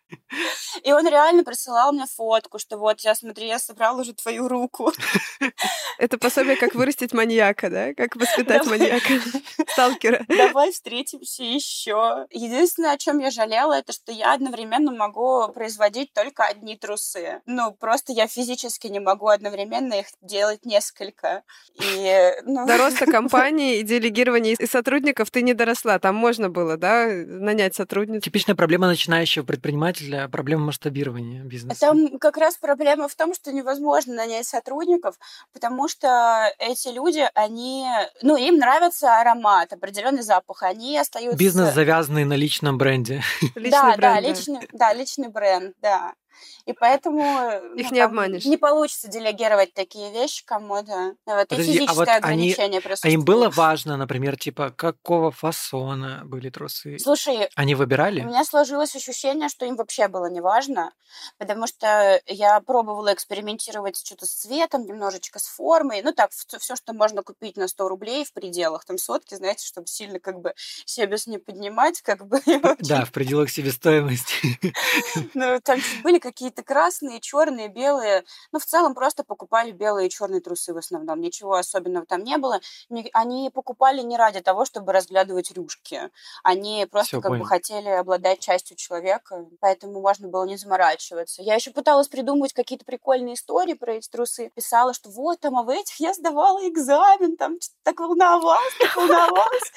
И он реально присылал мне фотку, что вот, я смотри, я собрал уже твою руку. Это пособие, как вырастить маньяка, да? Как воспитать маньяка, сталкера. Давай встретимся еще. Единственное, о чем я жалела, это что я одновременно могу производить только одни трусы. Ну, просто я физически не могу одновременно их делать несколько. И, ну... До роста компании и делегирования и сотрудников ты не доросла. Там можно было, да, нанять сотрудниц. Типичная проблема начинающего предпринимателя, проблема масштабирования бизнеса. Там как раз проблема в том, что невозможно нанять сотрудников, потому что эти люди, они, ну, им нравится аромат, определенный запах, они остаются... Бизнес, завязанный на личном бренде. Личный да, бренд, да, да. личный, да, личный бренд, да. И поэтому их ну, не обманешь. Не получится делегировать такие вещи кому-то. Вот, Подожди, и физическое а вот ограничение они, присутствует. а им было важно, например, типа, какого фасона были трусы? Слушай, они выбирали? У меня сложилось ощущение, что им вообще было не важно, потому что я пробовала экспериментировать что-то с цветом, немножечко с формой, ну так, все, что можно купить на сто рублей в пределах, там сотки, знаете, чтобы сильно как бы себес не поднимать, как бы. Да, в пределах себестоимости. Ну, там были какие-то красные, черные, белые. Ну, в целом просто покупали белые и черные трусы в основном. Ничего особенного там не было. Они покупали не ради того, чтобы разглядывать рюшки. Они просто Всё, как понял. бы хотели обладать частью человека, поэтому можно было не заморачиваться. Я еще пыталась придумывать какие-то прикольные истории про эти трусы. Писала, что вот там, а в этих я сдавала экзамен, там что-то так волновалась, так волновалась.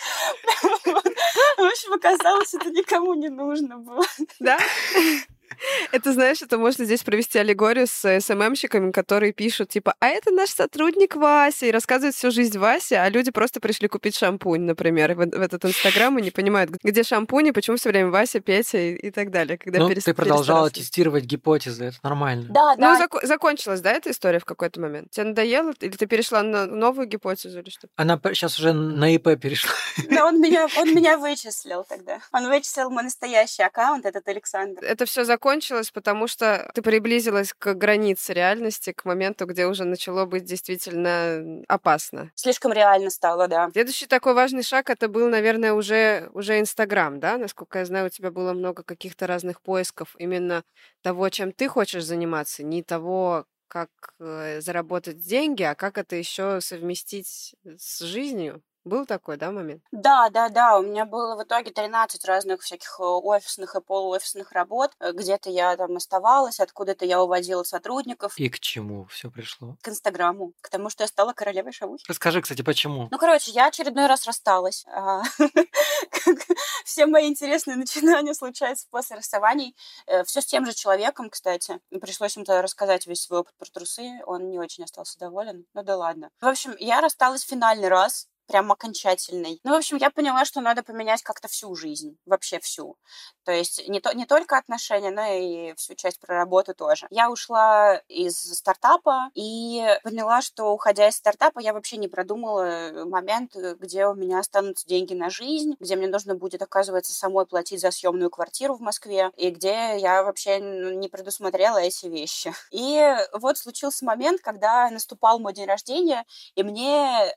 В общем, оказалось, это никому не нужно было. Да? Это, знаешь, это можно здесь провести аллегорию с эс эм эм-щиками, которые пишут, типа, а это наш сотрудник Вася, и рассказывают всю жизнь Васи, а люди просто пришли купить шампунь, например, в, в этот Инстаграм и не понимают, где шампунь и почему все время Вася, Петя и, и так далее. Когда Ну, перес- ты продолжала перестарался. тестировать гипотезы, это нормально. Да, Ну, да. зако- закончилась, да, эта история в какой-то момент? Тебе надоело? Или ты перешла на новую гипотезу или что? Она сейчас уже на ИП перешла. Да, он меня, он меня вычислил тогда. Он вычислил мой настоящий аккаунт, этот Александр. Это все закончилось, потому что ты приблизилась к границе реальности, к моменту, где уже начало быть действительно опасно. Слишком реально стало, да. Следующий такой важный шаг это был, наверное, уже уже Инстаграм, да? Насколько я знаю, у тебя было много каких-то разных поисков именно того, чем ты хочешь заниматься, не того, как э, заработать деньги, а как это еще совместить с жизнью. Был такой, да, момент? Да, да, да. У меня было в итоге тринадцать разных всяких э, офисных и полуофисных работ. Э, Где-то я там оставалась, откуда-то я уводила сотрудников. И к чему все пришло? К Инстаграму, к тому, что я стала королевой шавухи. Расскажи, кстати, почему? Ну, короче, я очередной раз рассталась. А, как Все мои интересные начинания случаются после расставаний. Все с тем же человеком, кстати. Пришлось ему тогда рассказать весь свой опыт про трусы. Он не очень остался доволен. Ну да ладно. В общем, я рассталась финальный раз. Прям окончательный. Ну, в общем, я поняла, что надо поменять как-то всю жизнь. Вообще всю. То есть не, то, не только отношения, но и всю часть про работу тоже. Я ушла из стартапа и поняла, что, уходя из стартапа, я вообще не продумала момент, где у меня останутся деньги на жизнь, где мне нужно будет, оказывается, самой платить за съемную квартиру в Москве, и где я вообще не предусмотрела эти вещи. И вот случился момент, когда наступал мой день рождения, и мне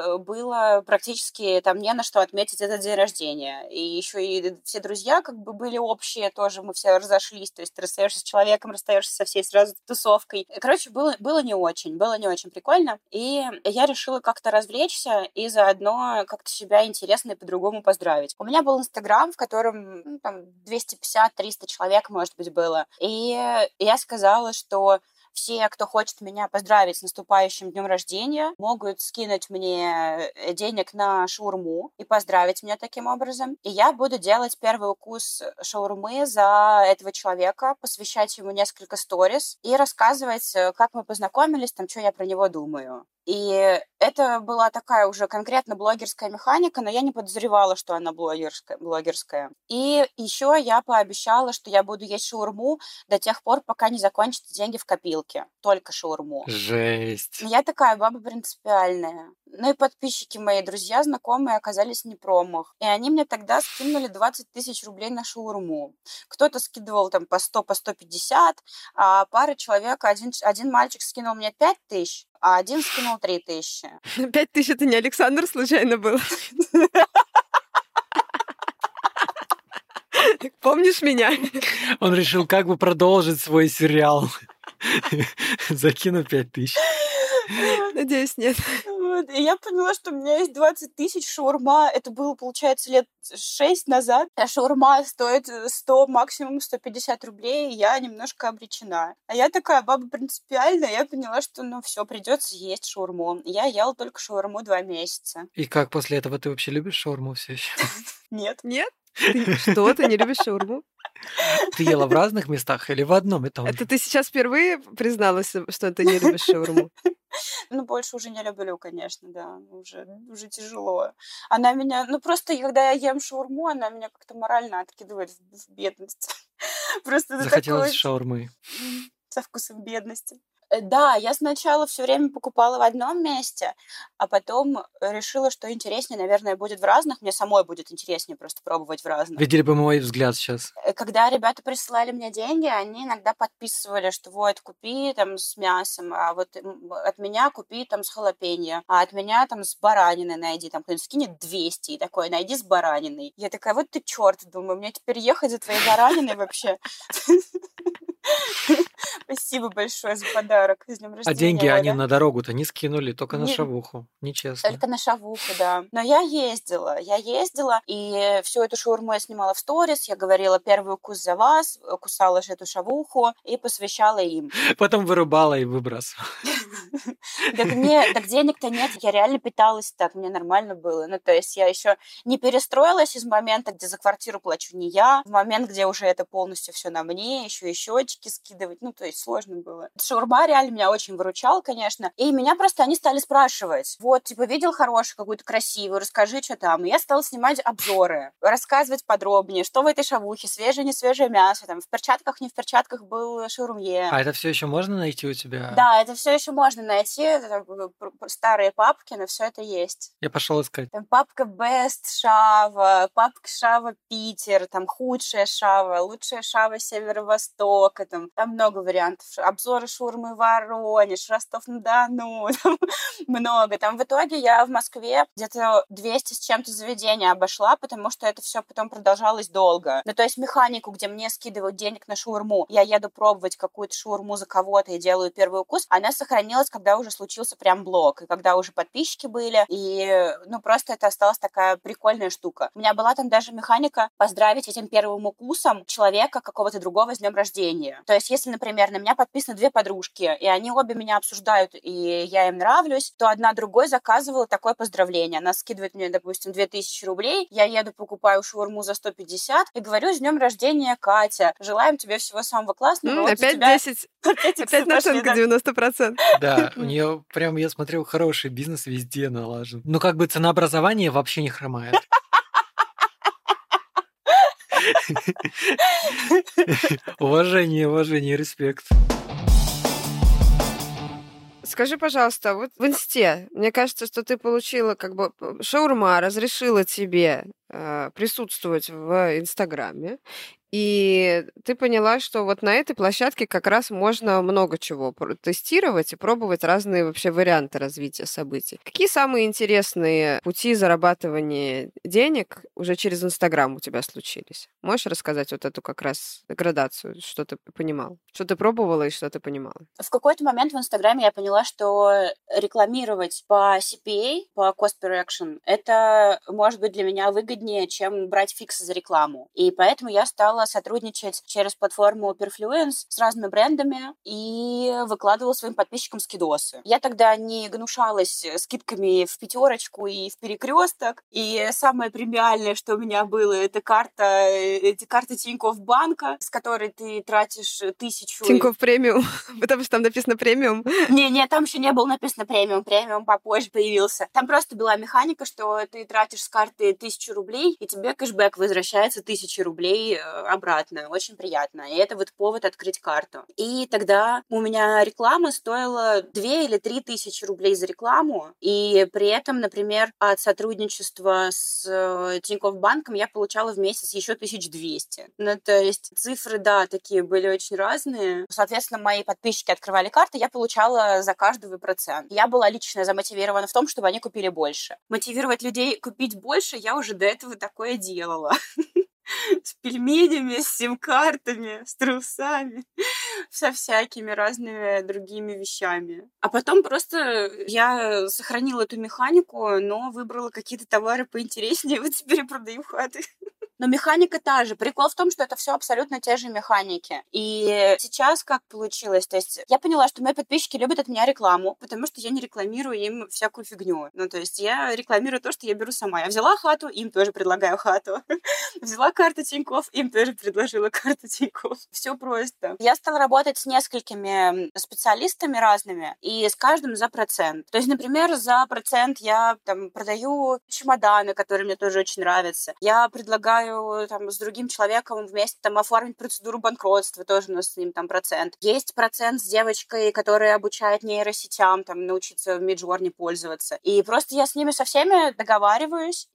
было практически там не на что отметить этот день рождения. И еще и все друзья как бы были общие тоже, мы все разошлись, то есть ты расстаешься с человеком, расстаешься со всей сразу тусовкой. Короче, было, было не очень, было не очень прикольно. И я решила как-то развлечься и заодно как-то себя интересно и по-другому поздравить. У меня был Инстаграм, в котором ну, там двести пятьдесят - триста человек, может быть, было. И я сказала, что все, кто хочет меня поздравить с наступающим днем рождения, могут скинуть мне денег на шаурму и поздравить меня таким образом. И я буду делать первый укус шаурмы за этого человека, посвящать ему несколько сторис и рассказывать, как мы познакомились, там, что я про него думаю. И это была такая уже конкретно блогерская механика, но я не подозревала, что она блогерская. блогерская. И еще я пообещала, что я буду есть шаурму до тех пор, пока не закончатся деньги в копилке. Только шаурму. Жесть. Я такая баба принципиальная. Ну и подписчики мои, друзья, знакомые оказались не промах. И они мне тогда скинули двадцать тысяч рублей на шаурму. Кто-то скидывал там по сто, по сто пятьдесят, а пара человек, один, один мальчик скинул мне пять тысяч, а один скинул три тысячи. Пять тысяч это не Александр случайно был? Помнишь меня? Он решил как бы продолжить свой сериал. Закину пять тысяч. Надеюсь, нет. Вот. И я поняла, что у меня есть двадцать тысяч, шаурма. Это было, получается, лет шесть назад. А шаурма стоит сто, максимум сто пятьдесят рублей, и я немножко обречена. А я такая баба принципиальная, я поняла, что ну все, придется есть шаурму. Я ела только шаурму два месяца. И как после этого ты вообще любишь шаурму все еще? Нет. Нет? Ты, что, ты не любишь шаурму? Ты ела в разных местах или в одном и том же? Это ты сейчас впервые призналась, что ты не любишь шаурму? Ну, больше уже не люблю, конечно, да. Уже, уже тяжело. Она меня... Ну, просто, когда я ем шаурму, она меня как-то морально откидывает в, в бедность. Просто это Захотелось такое... шаурмы. Со вкусом бедности. Да, я сначала все время покупала в одном месте, а потом решила, что интереснее, наверное, будет в разных. Мне самой будет интереснее просто пробовать в разных. Видели бы мой взгляд сейчас. Когда ребята присылали мне деньги, они иногда подписывали, что вот, купи там с мясом, а вот от меня купи там с халапеньо, а от меня там с бараниной найди, там кто-нибудь скинет двести, и такое, найди с бараниной. Я такая, вот ты черт, думаю, мне теперь ехать за твоей бараниной вообще. Спасибо большое за подарок. С днем рождения, А деньги Оля. они на дорогу-то не скинули, только на Не- шавуху. Нечестно. Только на шавуху, да. Но я ездила, я ездила, и всю эту шаурму я снимала в сторис, я говорила первый укус за вас, кусала же эту шавуху и посвящала им. Потом вырубала и выбрасывала. Так мне, так денег-то нет, я реально питалась так, мне нормально было. Ну, то есть я еще не перестроилась из момента, где за квартиру плачу не я, в момент, где уже это полностью все на мне, еще и счетчики скидывать, ну, то есть сложно было. Шаурма реально меня очень выручала, конечно, и меня просто они стали спрашивать, вот, типа, видел хорошую какую-то красивую, расскажи, что там. И я стала снимать обзоры, рассказывать подробнее, что в этой шавухе, свежее, не свежее мясо, там, в перчатках, не в перчатках был шаурмье. А это все еще можно найти у тебя? Да, это все еще можно найти, это старые папки, но все это есть. Я пошел искать. Там папка Best Шава, папка Шава Питер, там худшая Шава, лучшая Шава Северо-Востока, там, там много вариантов. Обзоры шаурмы Воронеж, Ростов-на-Дону, там много. Там в итоге я в Москве где-то двести с чем-то заведений обошла, потому что это все потом продолжалось долго. Ну, то есть механику, где мне скидывают денег на шаурму, я еду пробовать какую-то шаурму за кого-то и делаю первый укус, она сохранилась, когда уже случился прям блок, и когда уже подписчики были, и, ну, просто это осталась такая прикольная штука. У меня была там даже механика поздравить этим первым укусом человека какого-то другого с днем рождения. То есть, если, например, на меня подписаны две подружки, и они обе меня обсуждают, и я им нравлюсь, то одна другой заказывала такое поздравление. Она скидывает мне, допустим, две тысячи рублей, я еду, покупаю шаурму за сто пятьдесят и говорю: с днем рождения, Катя! Желаем тебе всего самого классного. М, Вот у опять тебя- десять. Опять иксы Опять пошли, наценка да. девяносто процентов. Да, у нее прям, я смотрел, хороший бизнес везде налажен. Ну, как бы ценообразование вообще не хромает. Уважение, уважение, респект. Скажи, пожалуйста, вот в инсте, мне кажется, что ты получила, как бы, шаурма разрешила тебе э, присутствовать в Инстаграме, и ты поняла, что вот на этой площадке как раз можно много чего пр- тестировать и пробовать разные вообще варианты развития событий. Какие самые интересные пути зарабатывания денег уже через Инстаграм у тебя случились? Можешь рассказать вот эту как раз градацию, что ты понимала? Что ты пробовала и что ты понимала? В какой-то момент в Инстаграме я поняла, что рекламировать по си пи эй, по Cost Per Action, это может быть для меня выгоднее, чем брать фиксы за рекламу. И поэтому я стала сотрудничать через платформу Perfluence с разными брендами и выкладывала своим подписчикам скидосы. Я тогда не гнушалась скидками в пятерочку и в перекресток. И самое премиальное, что у меня было, это карта, эти карты Тинькофф банка, с которой ты тратишь тысячу... Тинькофф премиум, потому что там написано премиум. Не-не, там еще не было написано премиум, премиум попозже появился. Там просто была механика, что ты тратишь с карты тысячу рублей, и тебе кэшбэк возвращается тысяча рублей обратно. Очень приятно. И это вот повод открыть карту. И тогда у меня реклама стоила две или три тысячи рублей за рекламу, и при этом, например, от сотрудничества с Тинькофф банком я получала в месяц еще тысяч двести. Ну, то есть цифры, да, такие были очень разные. Соответственно, мои подписчики открывали карты, я получала за каждого процент. Я была лично замотивирована в том, чтобы они купили больше. Мотивировать людей купить больше я уже до этого такое делала. с пельменями, с сим-картами, с трусами, со всякими разными другими вещами. А потом просто я сохранила эту механику, но выбрала какие-то товары поинтереснее, вот теперь я продаю хаты. Но механика та же. Прикол в том, что это все абсолютно те же механики. И сейчас как получилось? То есть я поняла, что мои подписчики любят от меня рекламу, потому что я не рекламирую им всякую фигню. Ну, то есть я рекламирую то, что я беру сама. Я взяла хату, им тоже предлагаю хату. Взяла карту Тинькофф, им тоже предложила карту Тинькофф. Все просто. Я стала работать с несколькими специалистами разными, и с каждым за процент. То есть, например, за процент я там продаю чемоданы, которые мне тоже очень нравятся. Я предлагаю там, с другим человеком вместе там, оформить процедуру банкротства, тоже у нас с ним там процент. Есть процент с девочкой, которая обучает нейросетям, там, научиться в Midjourney пользоваться. И просто я с ними со всеми договариваюсь,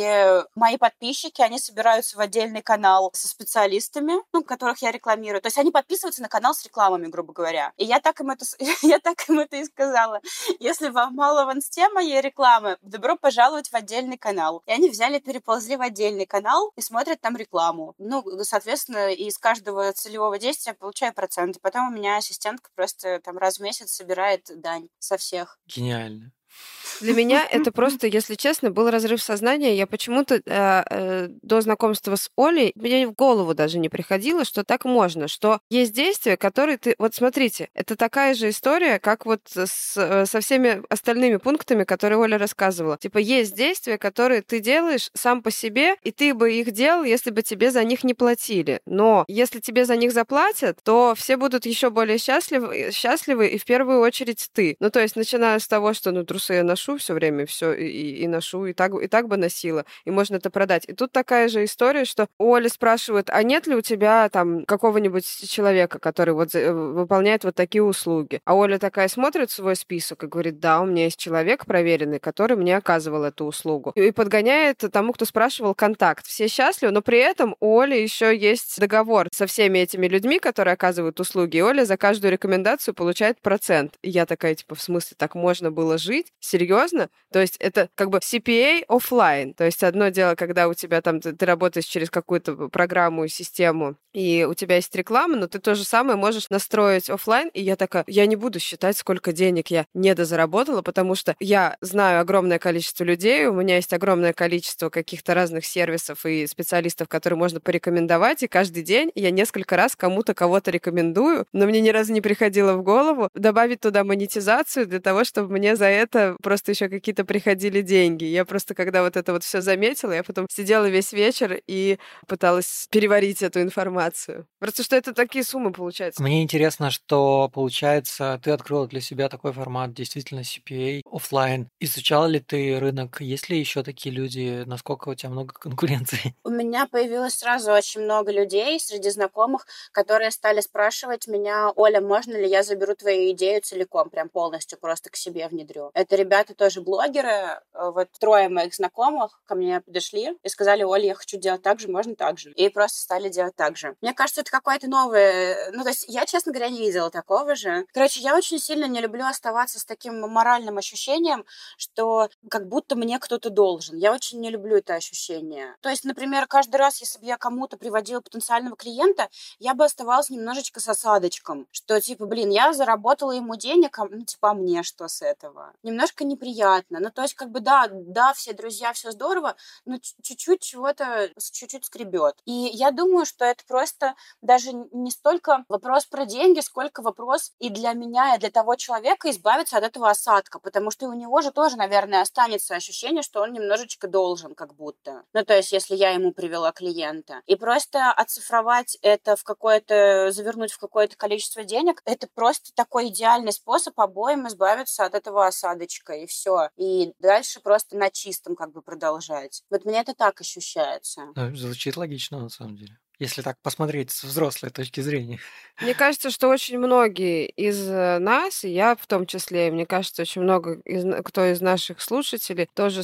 и мои подписчики, они собираются в отдельный канал со специалистами, ну, которых я рекламирую. То есть они подписываются на канал с рекламами, грубо говоря. И я так им это, я так им это и сказала. Если вам мало в инсте моей рекламы, добро пожаловать в отдельный канал. И они взяли, переползли в отдельный канал, и смотрят там рекламу. Ну, соответственно, из каждого целевого действия я получаю проценты. Потом у меня ассистентка просто там раз в месяц собирает дань со всех. Гениально. Для меня это просто, если честно, был разрыв сознания. Я почему-то э, э, до знакомства с Олей мне в голову даже не приходило, что так можно, что есть действия, которые ты... Вот смотрите, это такая же история, как вот с, со всеми остальными пунктами, которые Оля рассказывала. Типа есть действия, которые ты делаешь сам по себе, и ты бы их делал, если бы тебе за них не платили. Но если тебе за них заплатят, то все будут еще более счастливы, счастливы, и в первую очередь ты. Ну, то есть, начиная с того, что, ну, трусы я ношу все время, все и, и ношу, и так, и так бы носила, и можно это продать. И тут такая же история, что у Оли спрашивают, а нет ли у тебя там какого-нибудь человека, который вот выполняет вот такие услуги? А Оля такая смотрит свой список и говорит, да, у меня есть человек проверенный, который мне оказывал эту услугу. И подгоняет тому, кто спрашивал, контакт. Все счастливы, но при этом у Оли еще есть договор со всеми этими людьми, которые оказывают услуги, и Оля за каждую рекомендацию получает процент. И я такая, типа, в смысле, так можно было жить? Серьезно? То есть это как бы си пи эй оффлайн. То есть одно дело, когда у тебя там, ты, ты работаешь через какую-то программу и систему, и у тебя есть реклама, но ты то же самое можешь настроить оффлайн. И я такая, я не буду считать, сколько денег я недозаработала, потому что я знаю огромное количество людей, у меня есть огромное количество каких-то разных сервисов и специалистов, которые можно порекомендовать, и каждый день я несколько раз кому-то кого-то рекомендую, но мне ни разу не приходило в голову добавить туда монетизацию для того, чтобы мне за это просто еще какие-то приходили деньги. Я просто, когда вот это вот все заметила, я потом сидела весь вечер и пыталась переварить эту информацию. Просто что это такие суммы получаются. Мне интересно, что, получается, ты открыла для себя такой формат, действительно, си пи эй, оффлайн. Изучала ли ты рынок? Есть ли еще такие люди? Насколько у тебя много конкуренции? У меня появилось сразу очень много людей среди знакомых, которые стали спрашивать меня, Оля, можно ли я заберу твою идею целиком, прям полностью просто к себе внедрю. Это ребята тоже блогеры, вот трое моих знакомых ко мне подошли и сказали, Оля, я хочу делать так же, можно так же. И просто стали делать так же. Мне кажется, это какое-то новое... Ну, то есть я, честно говоря, не видела такого же. Короче, я очень сильно не люблю оставаться с таким моральным ощущением, что как будто мне кто-то должен. Я очень не люблю это ощущение. То есть, например, каждый раз, если бы я кому-то приводила потенциального клиента, я бы оставалась немножечко с осадочком, что типа, блин, я заработала ему денег, а, ну, типа, а мне что с этого? Немножко неприятно. Ну, то есть, как бы, да, да, все друзья, все здорово, но чуть-чуть чего-то, чуть-чуть скребет. И я думаю, что это просто даже не столько вопрос про деньги, сколько вопрос и для меня, и для того человека избавиться от этого осадка, потому что у него же тоже, наверное, останется ощущение, что он немножечко должен, как будто. Ну, то есть, если я ему привела клиента. И просто оцифровать это в какое-то, завернуть в какое-то количество денег, это просто такой идеальный способ обоим избавиться от этого осадочка, и все. И дальше просто на чистом как бы продолжать. Вот мне это так ощущается. Ну, звучит логично, на самом деле. Если так посмотреть с взрослой точки зрения. Мне кажется, что очень многие из нас, и я в том числе, мне кажется, очень много из, кто из наших слушателей тоже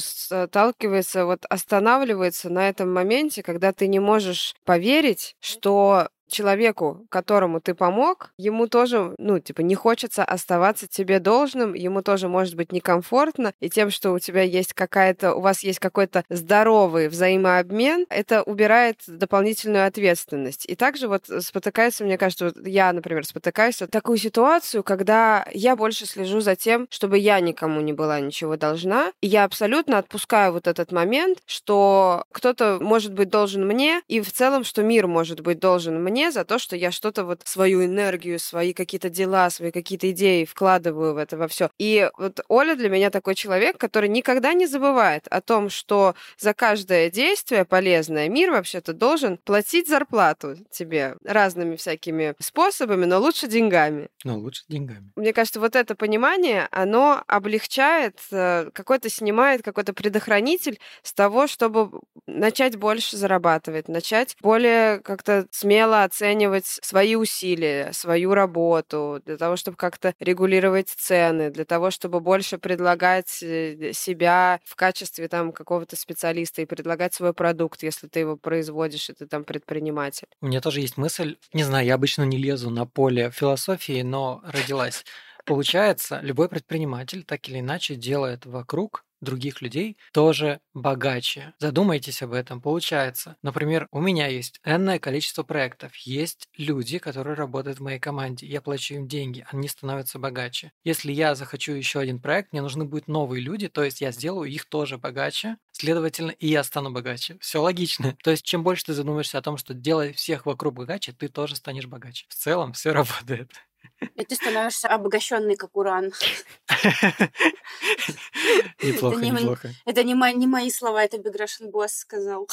сталкивается, вот останавливается на этом моменте, когда ты не можешь поверить, что человеку, которому ты помог, ему тоже, ну, типа, не хочется оставаться тебе должным, ему тоже может быть некомфортно, и тем, что у тебя есть какая-то, у вас есть какой-то здоровый взаимообмен, это убирает дополнительную ответственность. И также вот спотыкается, мне кажется, вот я, например, спотыкаюсь в такую ситуацию, когда я больше слежу за тем, чтобы я никому не была ничего должна, и я абсолютно отпускаю вот этот момент, что кто-то может быть должен мне, и в целом, что мир может быть должен мне за то, что я что-то вот, свою энергию, свои какие-то дела, свои какие-то идеи вкладываю в это во все. И вот Оля для меня такой человек, который никогда не забывает о том, что за каждое действие полезное мир вообще-то должен платить зарплату тебе разными всякими способами, но лучше деньгами. Ну, лучше деньгами. Мне кажется, вот это понимание, оно облегчает, какой-то снимает какой-то предохранитель с того, чтобы начать больше зарабатывать, начать более как-то смело оценивать свои усилия, свою работу, для того, чтобы как-то регулировать цены, для того, чтобы больше предлагать себя в качестве там какого-то специалиста и предлагать свой продукт, если ты его производишь, и ты там предприниматель. У меня тоже есть мысль, не знаю, я обычно не лезу на поле философии, но родилась. Получается, любой предприниматель так или иначе делает вокруг других людей тоже богаче. Задумайтесь об этом. Получается, например, у меня есть энное количество проектов. Есть люди, которые работают в моей команде. Я плачу им деньги, они становятся богаче. Если я захочу еще один проект, мне нужны будут новые люди, то есть я сделаю их тоже богаче. Следовательно, и я стану богаче. Все логично. То есть, чем больше ты задумаешься о том, что делай всех вокруг богаче, ты тоже станешь богаче. В целом, все работает. И ты становишься обогащенный, как уран. Неплохо, Это не, неплохо. Это не, мои, не мои слова, это Big Russian Boss сказал.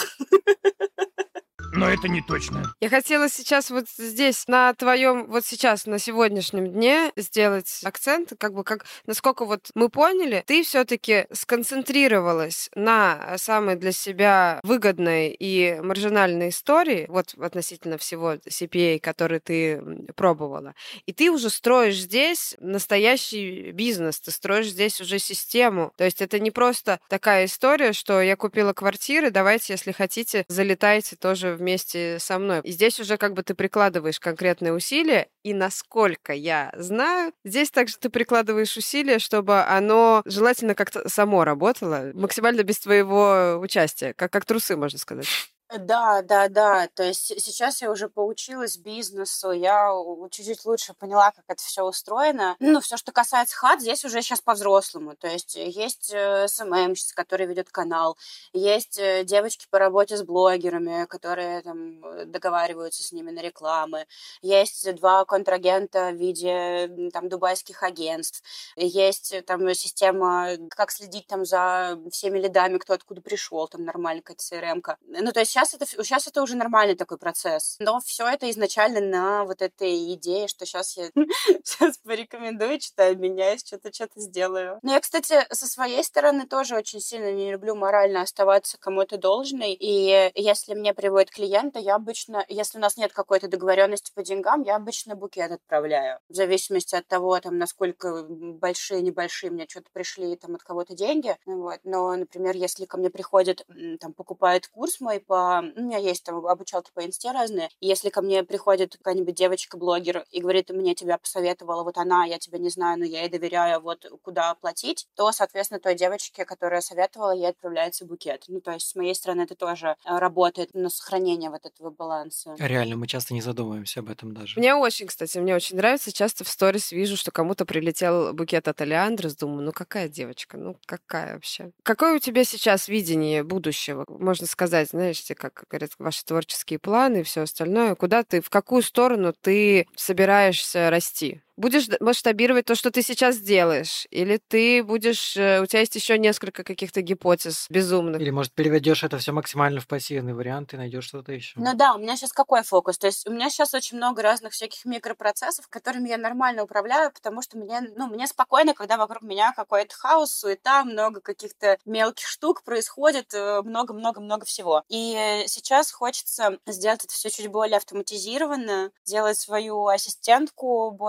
Но это не точно. Я хотела сейчас вот здесь, на твоем, вот сейчас, на сегодняшнем дне сделать акцент, как бы как, насколько вот мы поняли, ты все-таки сконцентрировалась на самой для себя выгодной и маржинальной истории, вот относительно всего си пи эй, который ты пробовала, и ты уже строишь здесь настоящий бизнес, ты строишь здесь уже систему. То есть это не просто такая история, что я купила квартиры, давайте, если хотите, залетайте тоже вместе со мной. И здесь уже как бы ты прикладываешь конкретные усилия, и насколько я знаю, здесь также ты прикладываешь усилия, чтобы оно желательно как-то само работало, максимально без твоего участия, как, как трусы, можно сказать. Да, да, да. То есть сейчас я уже поучилась бизнесу, я чуть-чуть лучше поняла, как это все устроено. Ну, все, что касается хат, здесь уже сейчас по-взрослому. То есть есть эс эм эм-щица, которая ведет канал, есть девочки по работе с блогерами, которые там договариваются с ними на рекламы, есть два контрагента в виде там дубайских агентств, есть там система, как следить там за всеми лидами, кто откуда пришел, там нормально какая-то си эр эм-ка. Ну, то есть сейчас это, сейчас это уже нормальный такой процесс. Но все это изначально на вот этой идее, что сейчас я сейчас порекомендую, что-то обменяюсь, что-то что-то сделаю. Но я, кстати, со своей стороны тоже очень сильно не люблю морально оставаться кому-то должной. И если мне приводит клиента, я обычно, если у нас нет какой-то договоренности по деньгам, я обычно букет отправляю. В зависимости от того, там, насколько большие, небольшие мне что-то пришли там от кого-то деньги. Вот. Но, например, если ко мне приходит, там, покупает курс мой по... У меня есть там обучалки по инсте разные. И если ко мне приходит какая-нибудь девочка-блогер и говорит, мне тебя посоветовала вот она, я тебя не знаю, но я ей доверяю, вот куда платить, то, соответственно, той девочке, которая советовала, ей отправляется букет. Ну, то есть с моей стороны это тоже работает на сохранение вот этого баланса. Реально, мы часто не задумываемся об этом даже. Мне очень, кстати, мне очень нравится. Часто в сторис вижу, что кому-то прилетел букет от Алеандрос. Думаю, ну какая девочка, ну какая вообще? Какое у тебя сейчас видение будущего? Можно сказать, знаешь, как говорят, ваши творческие планы и все остальное. Куда ты, в какую сторону ты собираешься расти? Будешь масштабировать то, что ты сейчас делаешь? Или ты будешь... У тебя есть еще несколько каких-то гипотез безумных? Или, может, переведешь это все максимально в пассивный вариант и найдешь что-то еще? Ну да, у меня сейчас какой фокус? То есть у меня сейчас очень много разных всяких микропроцессов, которыми я нормально управляю, потому что мне, ну, мне спокойно, когда вокруг меня какой-то хаос, суета, много каких-то мелких штук происходит, много-много-много всего. И сейчас хочется сделать это все чуть более автоматизированно, сделать свою ассистентку более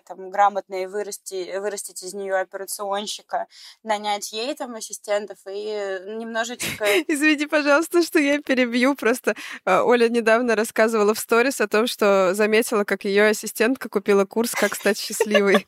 там грамотно и вырасти, вырастить из нее операционщика, нанять ей там ассистентов и немножечко... Извини, пожалуйста, что я перебью. Просто Оля недавно рассказывала в сторис о том, что заметила, как ее ассистентка купила курс «Как стать счастливой».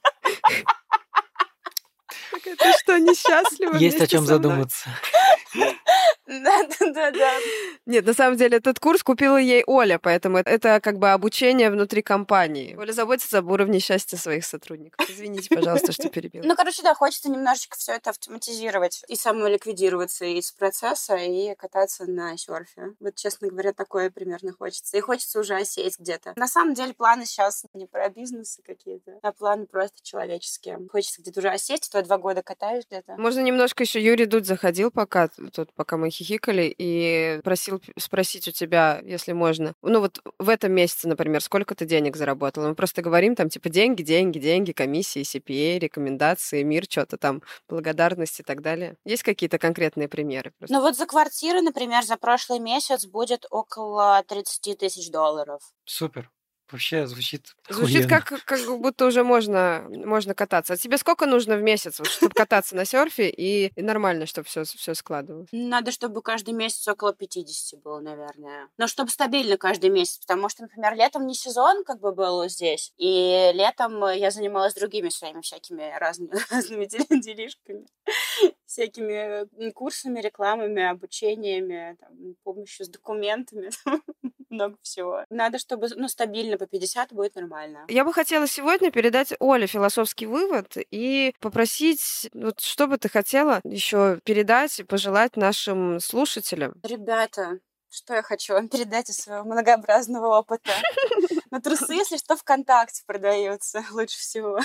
Это что, несчастливо? Есть о чем задуматься. Да, да, да, да. Нет, на самом деле этот курс купила ей Оля, поэтому это как бы обучение внутри компании. Оля заботится об уровне счастья своих сотрудников. Извините, пожалуйста, что перебила. Ну, короче, да, хочется немножечко все это автоматизировать и самоликвидироваться из процесса и кататься на серфе. Вот, честно говоря, такое примерно хочется. И хочется уже осесть где-то. На самом деле планы сейчас не про бизнесы какие-то, а планы просто человеческие. Хочется где-то уже осесть, то я два года катаюсь где-то. Можно немножко еще Юрий Дудь заходил пока, тут, пока мы хихикали, и просил спросить у тебя, если можно, ну вот в этом месяце, например, сколько ты денег заработал? Мы просто говорим там типа деньги, деньги, деньги, комиссии, си пи эй, рекомендации, мир, что-то там, благодарность и так далее. Есть какие-то конкретные примеры? Просто? Ну вот за квартиру, например, за прошлый месяц будет около тридцать тысяч долларов. Супер. Вообще звучит Звучит как, как будто уже можно, можно кататься. А тебе сколько нужно в месяц, вот, чтобы кататься на серфе и, и нормально, чтобы все, все складывалось? Надо, чтобы каждый месяц около пятьдесят было, наверное. Но чтобы стабильно каждый месяц, потому что, например, летом не сезон как бы был здесь, и летом я занималась другими своими всякими разными, разными делишками, всякими курсами, рекламами, обучениями, там, помощью с документами, много всего. Надо, чтобы, ну, стабильно по пятьдесят будет нормально. Я бы хотела сегодня передать Оле философский вывод и попросить, вот что бы ты хотела еще передать и пожелать нашим слушателям? Ребята, что я хочу вам передать из своего многообразного опыта? Но трусы, если что, ВКонтакте продаются лучше всего.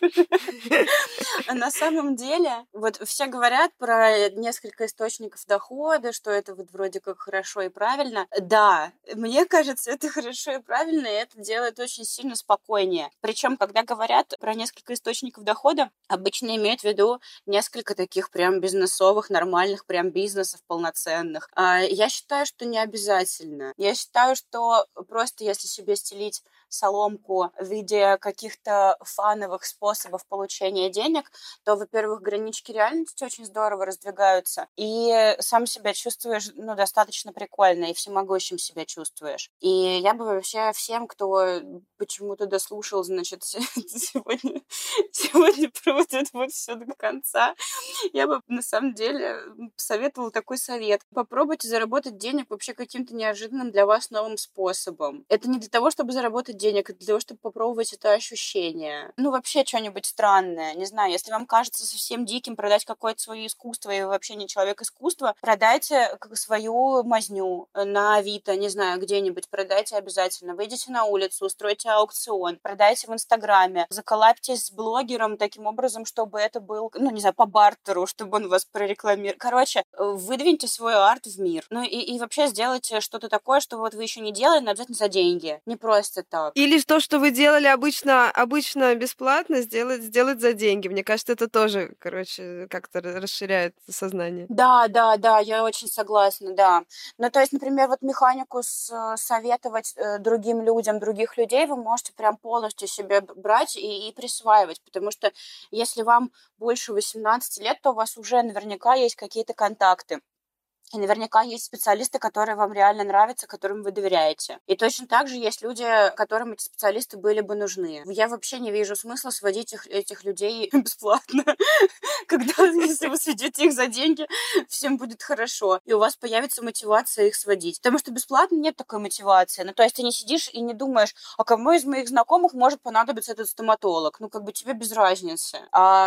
А на самом деле, вот все говорят про несколько источников дохода, что это вот вроде как хорошо и правильно. Да, мне кажется, это хорошо и правильно, и это делает очень сильно спокойнее. Причем, когда говорят про несколько источников дохода, обычно имеют в виду несколько таких прям бизнесовых, нормальных прям бизнесов полноценных. А я считаю, что не обязательно. Я считаю, что просто если себе стелить соломку в виде каких-то фановых способов получения денег, то, во-первых, гранички реальности очень здорово раздвигаются, и сам себя чувствуешь, ну, достаточно прикольно, и всемогущим себя чувствуешь. И я бы вообще всем, кто почему-то дослушал, значит, сегодня, сегодня про вот это вот все до конца, я бы, на самом деле, советовала такой совет. Попробуйте заработать денег вообще каким-то неожиданным для вас новым способом. Это не для того, чтобы заработать денег, это для того, чтобы попробовать это ощущение. Ну, вообще что-нибудь странное. Не знаю, если вам кажется совсем диким продать какое-то свое искусство, и вы вообще не человек искусства, продайте как свою мазню на Авито, не знаю, где-нибудь, продайте обязательно. Выйдите на улицу, устройте аукцион, продайте в Инстаграме, заколапьтесь с блогером таким образом, чтобы это был, ну, не знаю, по бартеру, чтобы он вас прорекламировал. Короче, выдвиньте свой арт в мир. Ну, и, и вообще сделайте что-то такое, что вот вы еще не делали, но обязательно за деньги. Не просто так. Или то, что вы делали обычно, обычно бесплатно, сделать, сделать за деньги. Мне кажется, это тоже, короче, как-то расширяет сознание. Да, да, да, я очень согласна, да. Ну, то есть, например, вот механику с, советовать э, другим людям, других людей вы можете прям полностью себе брать и, и присваивать, потому что если вам больше восемнадцати лет, то у вас уже наверняка есть какие-то контакты. И наверняка есть специалисты, которые вам реально нравятся, которым вы доверяете. И точно так же есть люди, которым эти специалисты были бы нужны. Я вообще не вижу смысла сводить их, этих людей бесплатно. Когда, если вы сведете их за деньги, всем будет хорошо. И у вас появится мотивация их сводить. Потому что бесплатно нет такой мотивации. Ну, то есть ты не сидишь и не думаешь, а кому из моих знакомых может понадобиться этот стоматолог? Ну, как бы тебе без разницы.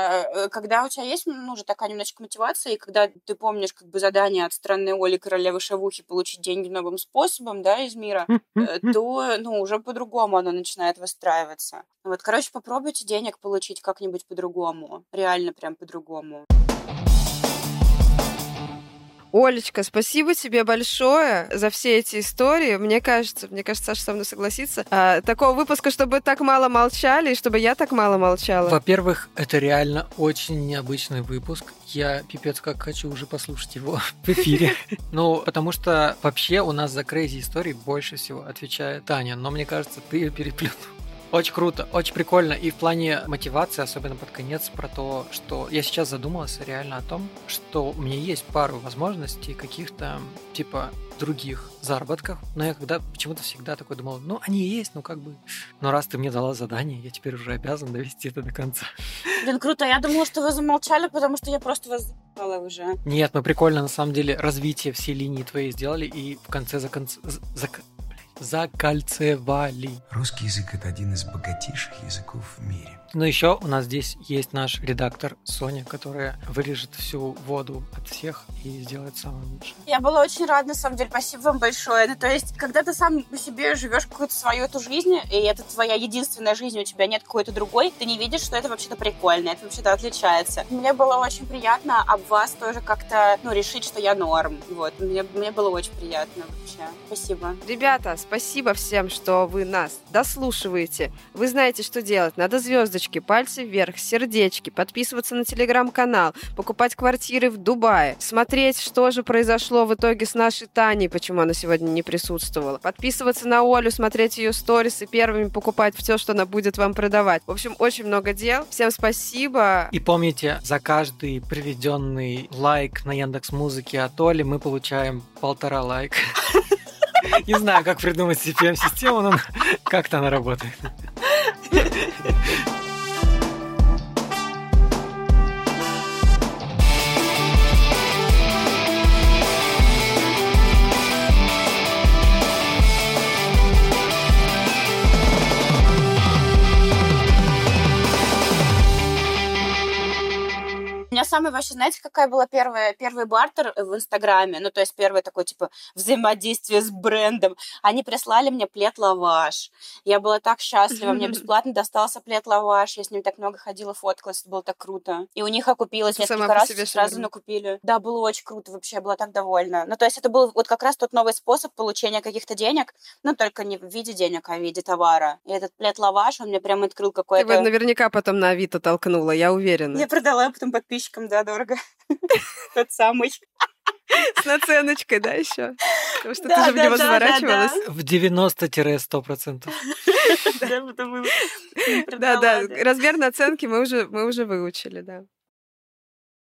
А когда у тебя есть, ну, уже такая немножечко мотивация, и когда ты помнишь, как бы, задание от страны Оли, королевы шавухи, получить деньги новым способом, да, из мира, то, ну, уже по-другому оно начинает выстраиваться. Вот, короче, попробуйте денег получить как-нибудь по-другому. Реально прям по-другому. Олечка, спасибо тебе большое за все эти истории. Мне кажется, мне кажется, Саша со мной согласится. А, такого выпуска, чтобы так мало молчали, и чтобы я так мало молчала. Во-первых, это реально очень необычный выпуск. Я пипец как хочу уже послушать его в эфире. Ну, потому что вообще у нас за crazy истории больше всего отвечает Таня. Но мне кажется, ты ее переплюнул. Очень круто, очень прикольно. И в плане мотивации, особенно под конец, про то, что я сейчас задумался реально о том, что у меня есть пару возможностей каких-то, типа, других заработков, но я когда почему-то всегда такой думал, ну, они есть, ну, как бы, но раз ты мне дала задание, я теперь уже обязан довести это до конца. Блин, круто. Я думала, что вы замолчали, потому что я просто вас за***ала уже. Нет, мы прикольно, на самом деле, развитие всей линии твоей сделали и в конце законц... зак... закольцевали. Русский язык – это один из богатейших языков в мире. Но еще у нас здесь есть наш редактор Соня, которая вырежет всю воду от всех и сделает самое лучшее. Я была очень рада, на самом деле. Спасибо вам большое. Ну, то есть, когда ты сам по себе живешь какую-то свою эту жизнь, и это твоя единственная жизнь, у тебя нет какой-то другой, ты не видишь, что это вообще-то прикольно, это вообще-то отличается. Мне было очень приятно об вас тоже как-то, ну, решить, что я норм. Вот. Мне, мне было очень приятно вообще. Спасибо. Ребята, спасибо всем, что вы нас дослушиваете. Вы знаете, что делать. Надо звездочки, пальцы вверх, сердечки, подписываться на телеграм-канал, покупать квартиры в Дубае, смотреть, что же произошло в итоге с нашей Таней, почему она сегодня не присутствовала, подписываться на Олю, смотреть ее сторис и первыми покупать все, что она будет вам продавать. В общем, очень много дел. Всем спасибо. И помните, за каждый приведенный лайк на Яндекс.Музыке от Оли мы получаем полтора лайка. Не знаю, как придумать си пи эм-систему, но как-то она работает. У меня самый вообще, знаете, какая была первая, первый бартер в Инстаграме? Ну, то есть первое такое, типа, взаимодействие с брендом. Они прислали мне плед-лаваш. Я была так счастлива. Мне бесплатно достался плед-лаваш. Я с ним так много ходила, фоткалась. Это было так круто. И у них окупилось Ты несколько раз, сразу накупили. Да, было очень круто. Вообще, я была так довольна. Ну, то есть это был вот как раз тот новый способ получения каких-то денег, но только не в виде денег, а в виде товара. И этот плед-лаваш, он мне прям открыл какой-то... Ты его наверняка потом на Авито толкнула, я уверена. Я продала потом подписчикам. Да, дорого. Тот самый. С наценочкой, да, еще? Потому что ты же в него заворачивалась. В девяносто-сто процентов. Да, да, размер наценки мы уже, мы уже выучили, да.